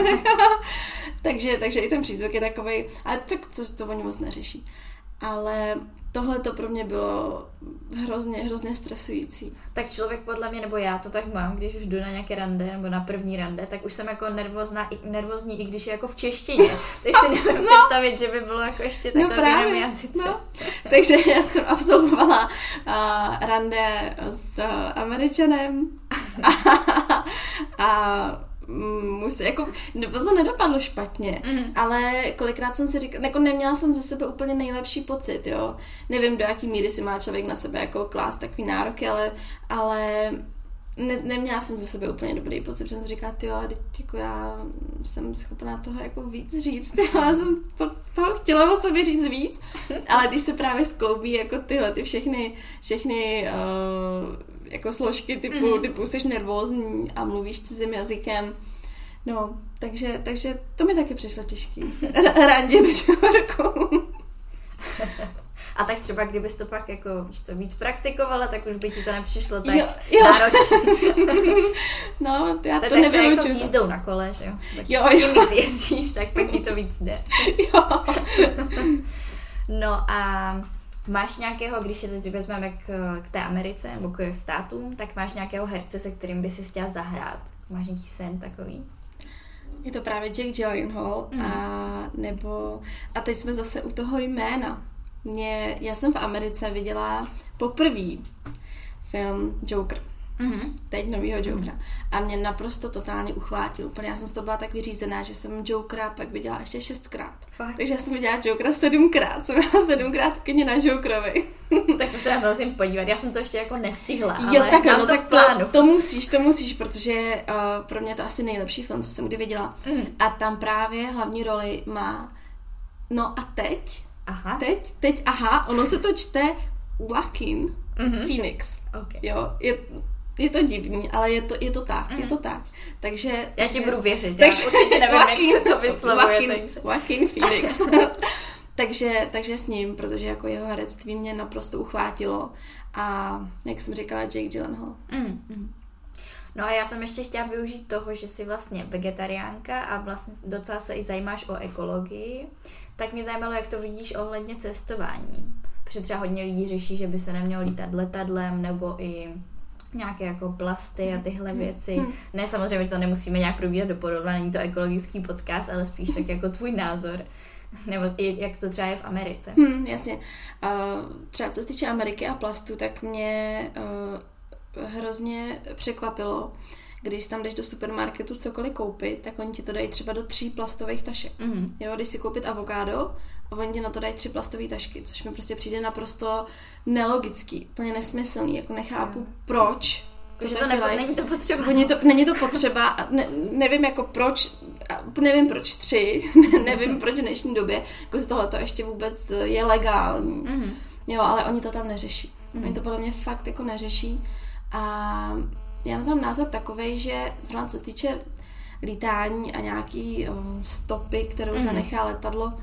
takže, takže i ten přízvuk je takovej, ale tak co to oni moc neřeší. Ale tohle to pro mě bylo hrozně, hrozně stresující. Tak člověk podle mě, nebo já to tak mám, když už jdu na nějaké rande, nebo na první rande, tak už jsem jako nervózná, nervózní, i když je jako v češtině. Takže si nevím no. představit, že by bylo jako ještě takhle no v jiném jazyce. No. Takže já jsem absolvovala uh, rande s uh, Američanem a, a musí, jako, to nedopadlo špatně, mm. ale kolikrát jsem si říkala, jako neměla jsem ze sebe úplně nejlepší pocit, jo. Nevím, do jaký míry si má člověk na sebe jako klást takový nároky, ale, ale ne, neměla jsem ze sebe úplně dobrý pocit, protože jsem říkala, tyjo, ale jako já jsem schopná toho jako víc říct, jo, já jsem to, toho chtěla o sobě říct víc, ale když se právě skloubí jako tyhle, ty všechny, všechny uh, jako složky typu, mm. typu jsi nervózní a mluvíš cizím jazykem. No, takže, takže to mi taky přišlo těžký. Randit v New Yorku. A tak třeba kdybys to pak jako víš co, víc praktikovala, tak už by ti to nepřišlo tak jo, jo. náročné. No, já to, to nevylučuju. Jako s jízdou na kole, že jo? Tak jo, čím jo. víc jezdíš, tak pak ti to víc jde. Jo. No a máš nějakého, když se teď vezmeme k, k té Americe nebo k státům, tak máš nějakého herce, se kterým by si chtěla zahrát? Máš nějaký sen takový? Je to právě Jake Gyllenhaal mm. a nebo a teď jsme zase u toho jména. Mě, já jsem v Americe viděla poprvé film Joker. Mm-hmm. Teď novýho Jokera. A mě naprosto totálně uchvátil. Úplně já jsem z toho byla tak vyřízená, že jsem Jokera pak viděla ještě šestkrát. Fakt? Takže já jsem viděla Jokera sedmkrát. Jsem byla sedmkrát v kyně na Jokerovi. Tak to se na to musím podívat. Já jsem to ještě jako nestihla, jo, ale takhle, mám no, to tak v plánu. To, to musíš, to musíš, protože uh, pro mě je to asi nejlepší film, co jsem kdy viděla. Mm. A tam právě hlavní roli má no a teď Aha. Teď, teď, aha, ono se to čte Joaquin mm-hmm. Phoenix. Okay. Jo, je, je to divný, ale je to, je to tak, mm. je to tak. Takže... Já takže, ti budu věřit, takže, já určitě nevím, Joaquin, jak se to vyslovuje. Joaquin, Joaquin Phoenix. takže, takže s ním, protože jako jeho herectví mě naprosto uchvátilo a jak jsem říkala, Jake Gyllenhaal. Mm, mm. No a já jsem ještě chtěla využít toho, že jsi vlastně vegetariánka a vlastně docela se i zajímáš o ekologii, tak mě zajímalo, jak to vidíš ohledně cestování. Protože třeba hodně lidí řeší, že by se nemělo lítat letadlem nebo i nějaké jako plasty a tyhle věci. Ne, samozřejmě to nemusíme nějak probírat do podrobna, není to ekologický podcast, ale spíš tak jako tvůj názor. Nebo jak to třeba je v Americe. Hmm, jasně. Uh, třeba co se týče Ameriky a plastu, tak mě uh, hrozně překvapilo, když tam jdeš do supermarketu cokoliv koupit, tak oni ti to dají třeba do tří plastových tašek. Mm-hmm. Jo, když si koupit avokádo a oni ti na to dají tři plastové tašky, což mi prostě přijde naprosto nelogický, úplně nesmyslný, jako nechápu mm. proč. To, to, nebo, není to potřeba. Oni to, není to potřeba, ne, nevím jako proč, nevím proč tři, nevím proč v dnešní době, jako tohle to ještě vůbec je legální. Mm-hmm. Jo, ale oni to tam neřeší. Mm-hmm. Oni to podle mě fakt jako neřeší a já na to mám názor takovej, že zrovna co se týče lítání a nějaký um, stopy, kterou mm. zanechá letadlo,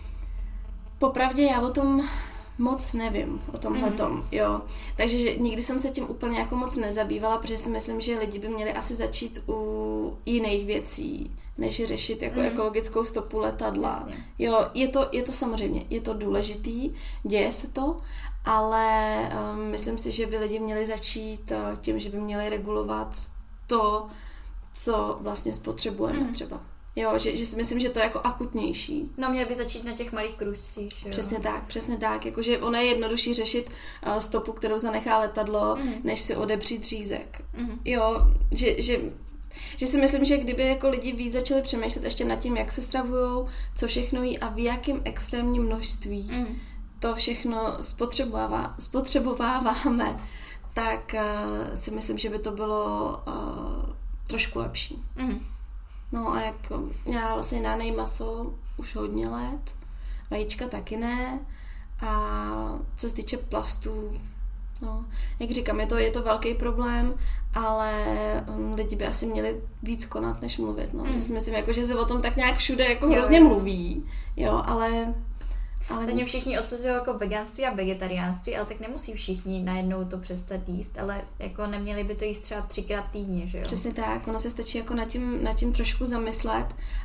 popravdě já o tom moc nevím, o tomhletom, mm. jo. Takže že nikdy jsem se tím úplně jako moc nezabývala, protože si myslím, že lidi by měli asi začít u jiných věcí, než řešit jako mm. ekologickou stopu letadla. Jasně. Jo, je to, je to samozřejmě, je to důležitý, děje se to, ale um, myslím si, že by lidi měli začít uh, tím, že by měli regulovat to, co vlastně spotřebujeme mm. třeba. Jo, že, že si myslím, že to je jako akutnější. No, měli by začít na těch malých kružcích. Jo. Přesně tak, přesně tak. Jakože ono je jednodušší řešit uh, stopu, kterou zanechá letadlo, mm. než si odepřít řízek. Mm. Jo, že, že, že si myslím, že kdyby jako lidi víc začali přemýšlet ještě nad tím, jak se stravujou, co všechno jí a v jakém extrémním množství mm. to všechno spotřebovává, spotřebováváme, tak uh, si myslím, že by to bylo uh, trošku lepší. Mm. No a jak já vlastně nánej maso už hodně let, vajíčka taky ne a co se týče plastů, no, jak říkám, je to, je to velký problém, ale um, lidi by asi měli víc konat, než mluvit, no. Mm. Já si myslím, jako, že se o tom tak nějak všude jako jo, hrozně jo. mluví, jo, ale... Ale Teď všichni odsuzují jako veganství a vegetariánství, ale tak nemusí všichni najednou to přestat jíst, ale jako neměli by to jíst třeba třikrát týdně, že jo? Přesně tak, ono se stačí jako nad tím, nad tím trošku zamyslet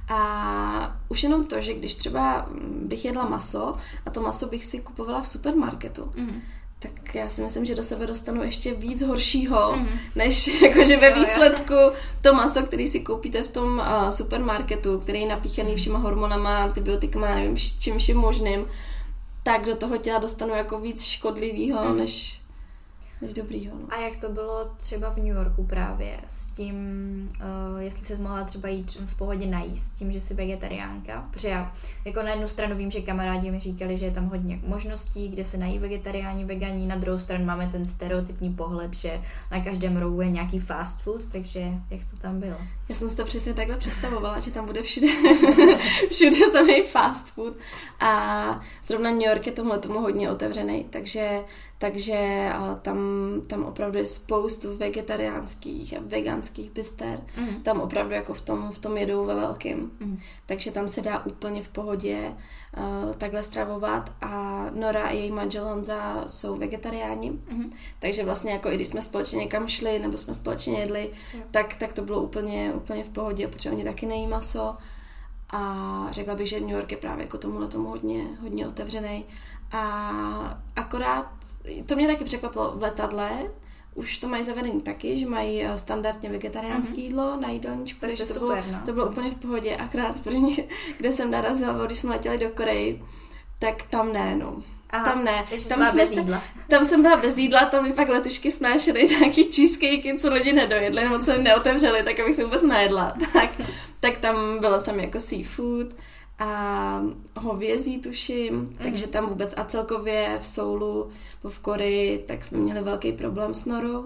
a už jenom to, že když třeba bych jedla maso a to maso bych si kupovala v supermarketu, mm. tak já si myslím, že do sebe dostanu ještě víc horšího, mm. než jakože ve výsledku to maso, který si koupíte v tom uh, supermarketu, který je napíchaný všema hormonama, antibiotikama, nevím, čím vším možným, tak do toho těla dostanu jako víc škodlivýho, mm. než, než dobrýho. No. A jak to bylo třeba v New Yorku právě s tím, uh, jestli se mohla třeba jít v pohodě najíst, tím, že jsi vegetariánka? Protože já jako na jednu stranu vím, že kamarádi mi říkali, že je tam hodně možností, kde se nají vegetariáni, vegani, na druhou stranu máme ten stereotypní pohled, že na každém rohu je nějaký fast food, takže jak to tam bylo? Já jsem si to přesně takhle představovala, že tam bude všude, všude samý fast food a zrovna New York je tomhle tomu hodně otevřený, takže, takže tam, tam opravdu je spoustu vegetariánských a veganských bister, mm. tam opravdu jako v tom, v tom jedou ve velkým, mm. takže tam se dá úplně v pohodě uh, takhle stravovat a Nora a její manžel Honza jsou vegetariáni, mm. takže vlastně jako i když jsme společně někam šli nebo jsme společně jedli, tak, tak to bylo úplně úplně v pohodě, protože oni taky nejí maso a řekla bych, že New York je právě jako tomuhle tomu hodně, hodně otevřený a akorát, to mě taky překvapilo v letadle, už to mají zavedený taky, že mají standardně vegetariánské mm-hmm. jídlo na jídelníčku, tak takže to, to, super, bylo, no. to bylo úplně v pohodě, akorát první, kde jsem narazila, když jsme letěli do Koreji, tak tam ne, no. Aha, tam ne. Tam, jsme bez jídla. tam jsem byla bez jídla, tam mi pak letušky snášely nějaký cheesecakey, co lidi nedojedli, nebo co neotevřeli, tak abych se vůbec najedla. Tak, tak tam bylo sam jako seafood a hovězí tuším, mm. takže tam vůbec a celkově v Soulu, v Koreji, tak jsme měli velký problém s Norou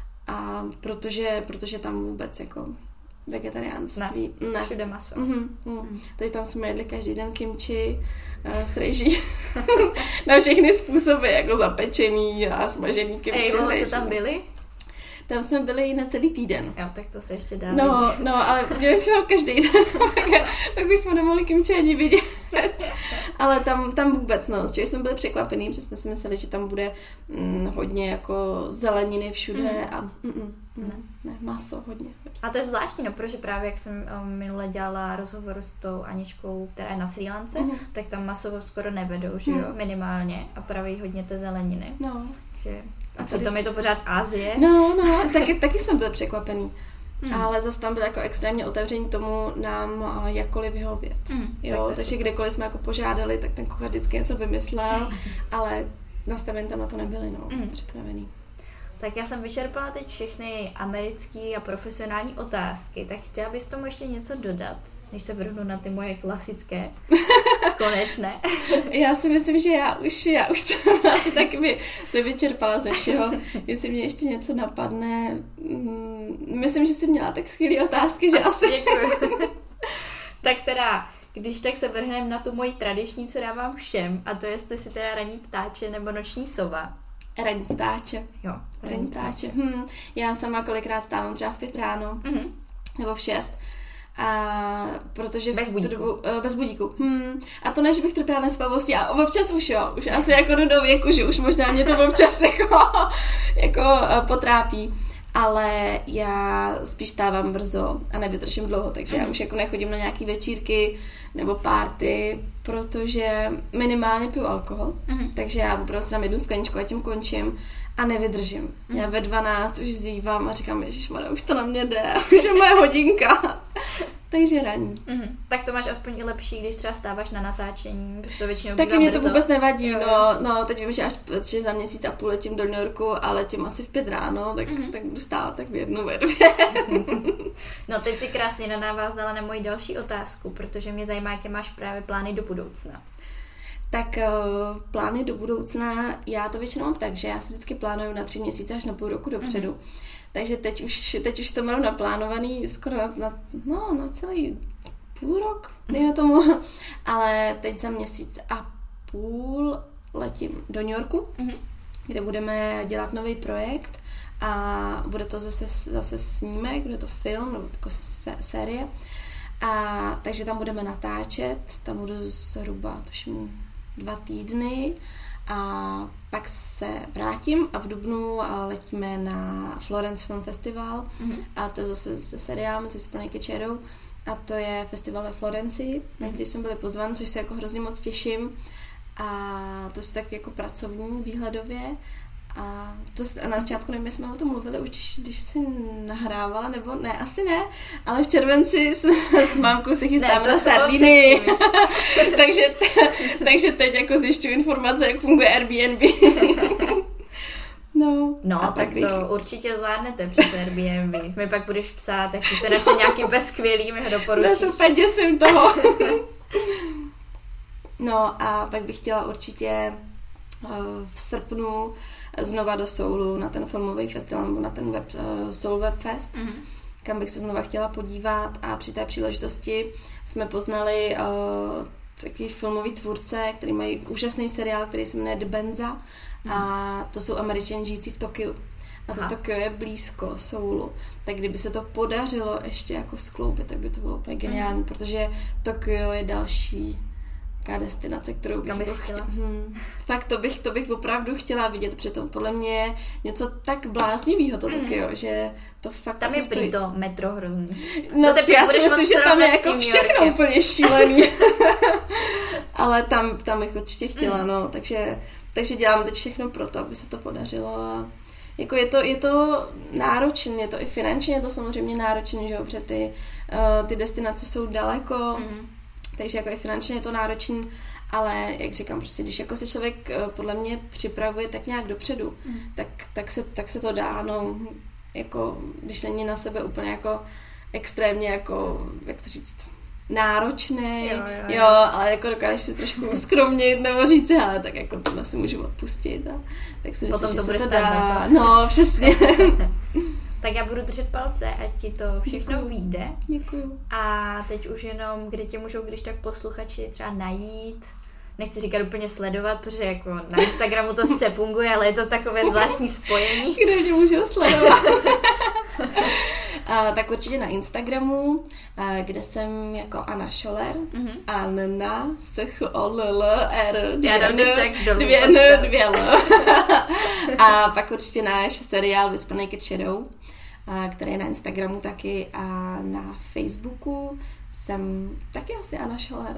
a protože, protože tam vůbec jako vegetariánství. Ne, ne. Všude maso. Mm-hmm, mm. Mm. Takže tam jsme jedli každý den kimchi uh, s rejží na všechny způsoby, jako zapečený a smažený kimchi. Ej, dlouho jste tam byli? tam jsme byli na celý týden. Jo, tak to se ještě dá. No, vidět. No, ale měli jsme ho každý den, tak už jsme nemohli kimči ani vidět. Ale tam, tam vůbec, no, s čím jsme byli překvapení, protože jsme si mysleli, že tam bude mm, hodně jako zeleniny všude mm. a mm, mm, mm, ne, maso hodně. A to je zvláštní, no, protože právě jak jsem um, minule dělala rozhovor s tou Aničkou, která je na Srí Lance, mm. tak tam maso skoro nevedou, že jo, mm. minimálně a praví hodně té zeleniny. No. Takže, a, a tady... tam je to pořád Asie. No, no, taky, taky jsme byli překvapení. Hmm. Ale zase tam byli jako extrémně otevření tomu nám jakkoliv vyhovět. Hmm, jo, tak takže super. Kdekoliv jsme jako požádali, tak ten kuchař vždycky něco vymyslel, ale nastavení tam na to nebyli, no, hmm. připravený. Tak já jsem vyčerpala teď všechny americké a profesionální otázky, tak chtěla bys tomu ještě něco dodat, než se vrhnu na ty moje klasické, konečné. Já si myslím, že já už, já už jsem asi taky by se vyčerpala ze všeho. Jestli mě ještě něco napadne, myslím, že jsi měla tak skvělý otázky, že asi... Děkuji. Tak teda, když tak se vrhneme na tu moji tradiční, co dávám všem, a to je, jestli si teda ranní ptáče nebo noční sova. Ranní ptáče. Jo. Ranní ptáče. Hm. Já sama kolikrát stávám třeba v pět ráno, mm-hmm. nebo v šest. A protože v bez budíku. Dobu, uh, bez budíku. Hmm. A to ne, že bych trpěla nespavostí, a občas už jo, už asi jako do věku, že už možná mě to občas jako, jako uh, potrápí. Ale já spíš stávám brzo a nevydržím dlouho, takže mm. já už jako nechodím na nějaký večírky nebo párty, protože minimálně piju alkohol, mm. takže já opravdu si dám jednu skleničku a tím končím a nevydržím. Mm. Já ve dvanáct už zívám a říkám, ježišmarja, už to na mě jde, už je moje hodinka. Takže ranní. Mm-hmm. Tak to máš aspoň i lepší, když třeba stáváš na natáčení, protože to většinou taky mě to vůbec nevadí, jo, no, no, teď vím, že až že za měsíc a půl letím do New Yorku a letím asi v pět ráno, tak, mm-hmm. tak budu stát tak v jednu, ve dvě. No teď si krásně navázala na moji další otázku, protože mě zajímá, jaké máš právě plány do budoucna. Tak uh, plány do budoucna, já to většinou mám tak, že já si vždycky plánuju na tři měsíce až na půl roku dopředu. Mm-hmm. Takže teď už, teď už to mám naplánovaný skoro na, na, no, na celý půl rok, dejme tomu. Ale teď za měsíc a půl letím do New Yorku, mm-hmm. kde budeme dělat nový projekt a bude to zase, zase snímek, bude to film, nebo jako se, série. A takže tam budeme natáčet, tam budu zhruba tuším dva týdny a pak se vrátím a v dubnu letíme na Florence Film Festival mm-hmm. a to je zase se seriálem, se Spojenou Čerou a to je festival ve Florencii, mm-hmm. kde jsme byli pozvaní, což se jako hrozně moc těším a to je tak jako pracovní výhledově. A to a na začátku nevím, jestli jsme o tom mluvili už, když, když jsi nahrávala, nebo ne, asi ne, ale v červenci jsme s mámkou si chystáme na Sardiny. takže, takže teď jako zjišťuji informace, jak funguje Airbnb. No, no tak bych... to určitě zvládnete přes Airbnb. Mi pak budeš psát, tak si se našli nějaký bezskvělý, mi ho doporučíš. Já se úplně děsím toho. No a pak bych chtěla určitě v srpnu znova do Soulu na ten filmový festival nebo na ten web, uh, Soul Web Fest, mm-hmm. kam bych se znova chtěla podívat a při té příležitosti jsme poznali uh, takový filmový tvůrce, který mají úžasný seriál, který se jmenuje The Benza mm-hmm. a to jsou Američané žijící v Tokiu. A to Aha. Tokio je blízko Soulu. Tak kdyby se to podařilo ještě jako skloubit, tak by to bylo úplně geniální, mm-hmm. protože Tokio je další taková destinace, kterou bych jako chtěla. Hmm. Fakt to bych, to bych opravdu chtěla vidět, přitom podle mě je něco tak bláznivýho to Tokio, mm. že to fakt tam je prý to metro hrozný. No to já si myslím, že tam je jako všechno úplně šílený. Ale tam, tam bych určitě chtěla, mm. no, takže, takže dělám teď všechno pro to, aby se to podařilo a jako je to, je to náročné, je to i finančně, je to samozřejmě náročné, že jo, protože ty, uh, ty destinace jsou daleko, mm. takže jako i finančně je to náročný, ale jak říkám, prostě když jako se člověk podle mě připravuje tak nějak dopředu, mm. tak, tak, se, tak se to dá, no, jako když není na sebe úplně jako extrémně jako, jak to říct, náročný, jo, jo, jo. jo, ale jako dokážeš si trošku skromnit nebo říct si, ale tak jako tohle si můžu odpustit a tak si myslím, že se to dá, no, přesně. Tak já budu držet palce, ať ti to všechno Děkuju. vyjde. Děkuju. A teď už jenom, kde tě můžou, když tak posluchači třeba najít, nechci říkat úplně sledovat, protože jako na Instagramu to sice funguje, ale je to takové zvláštní spojení. Kde mě můžu sledovat? A, tak určitě na Instagramu, a, kde jsem jako Anna Scholler, mm-hmm. Anna, S Ch O L L R, dvě N, dvě N, dvě L. A pak určitě náš seriál Whisper Naked Shadow, a, který je na Instagramu taky a na Facebooku jsem taky asi Anna Scholler.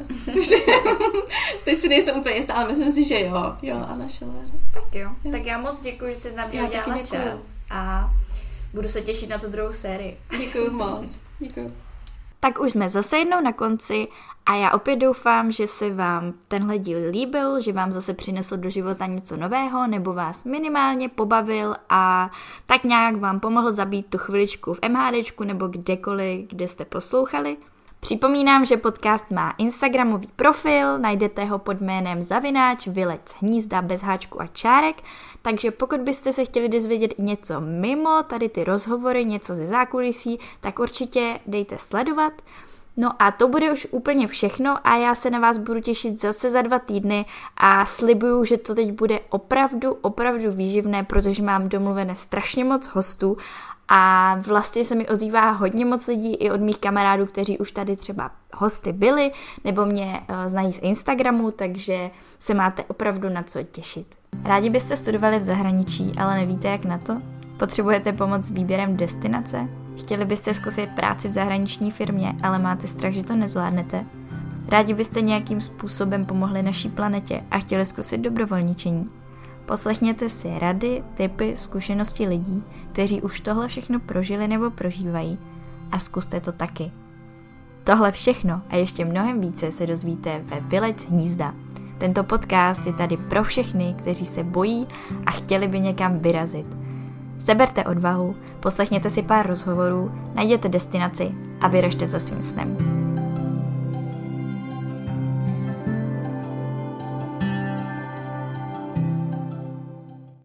Teď si nejsem úplně jistá, ale myslím si, že jo. Jo, Anna Scholler. Tak jo. jo. Tak já moc děkuji, že jsi na mě udělala čas. A budu se těšit na tu druhou sérii. Děkuji moc. Děkuji. Tak už jsme zase jednou na konci a já opět doufám, že se vám tenhle díl líbil, že vám zase přinesl do života něco nového nebo vás minimálně pobavil a tak nějak vám pomohl zabít tu chviličku v MHDčku nebo kdekoliv, kde jste poslouchali. Připomínám, že podcast má instagramový profil, najdete ho pod jménem zavináč vylec hnízda bez háčku a čárek, takže pokud byste se chtěli dozvědět i něco mimo tady ty rozhovory, něco ze zákulisí, tak určitě dejte sledovat. No a to bude už úplně všechno a já se na vás budu těšit zase za dva týdny a slibuju, že to teď bude opravdu, opravdu výživné, protože mám domluvené strašně moc hostů a vlastně se mi ozývá hodně moc lidí i od mých kamarádů, kteří už tady třeba hosty byli nebo mě uh, znají z Instagramu, takže se máte opravdu na co těšit. Rádi byste studovali v zahraničí, ale nevíte jak na to? Potřebujete pomoc s výběrem destinace? Chtěli byste zkusit práci v zahraniční firmě, ale máte strach, že to nezvládnete? Rádi byste nějakým způsobem pomohli naší planetě a chtěli zkusit dobrovolničení? Poslechněte si rady, tipy, zkušenosti lidí, kteří už tohle všechno prožili nebo prožívají a zkuste to taky. Tohle všechno a ještě mnohem více se dozvíte ve Vylec hnízda. Tento podcast je tady pro všechny, kteří se bojí a chtěli by někam vyrazit. Seberte odvahu, poslechněte si pár rozhovorů, najděte destinaci a vyražte za svým snem.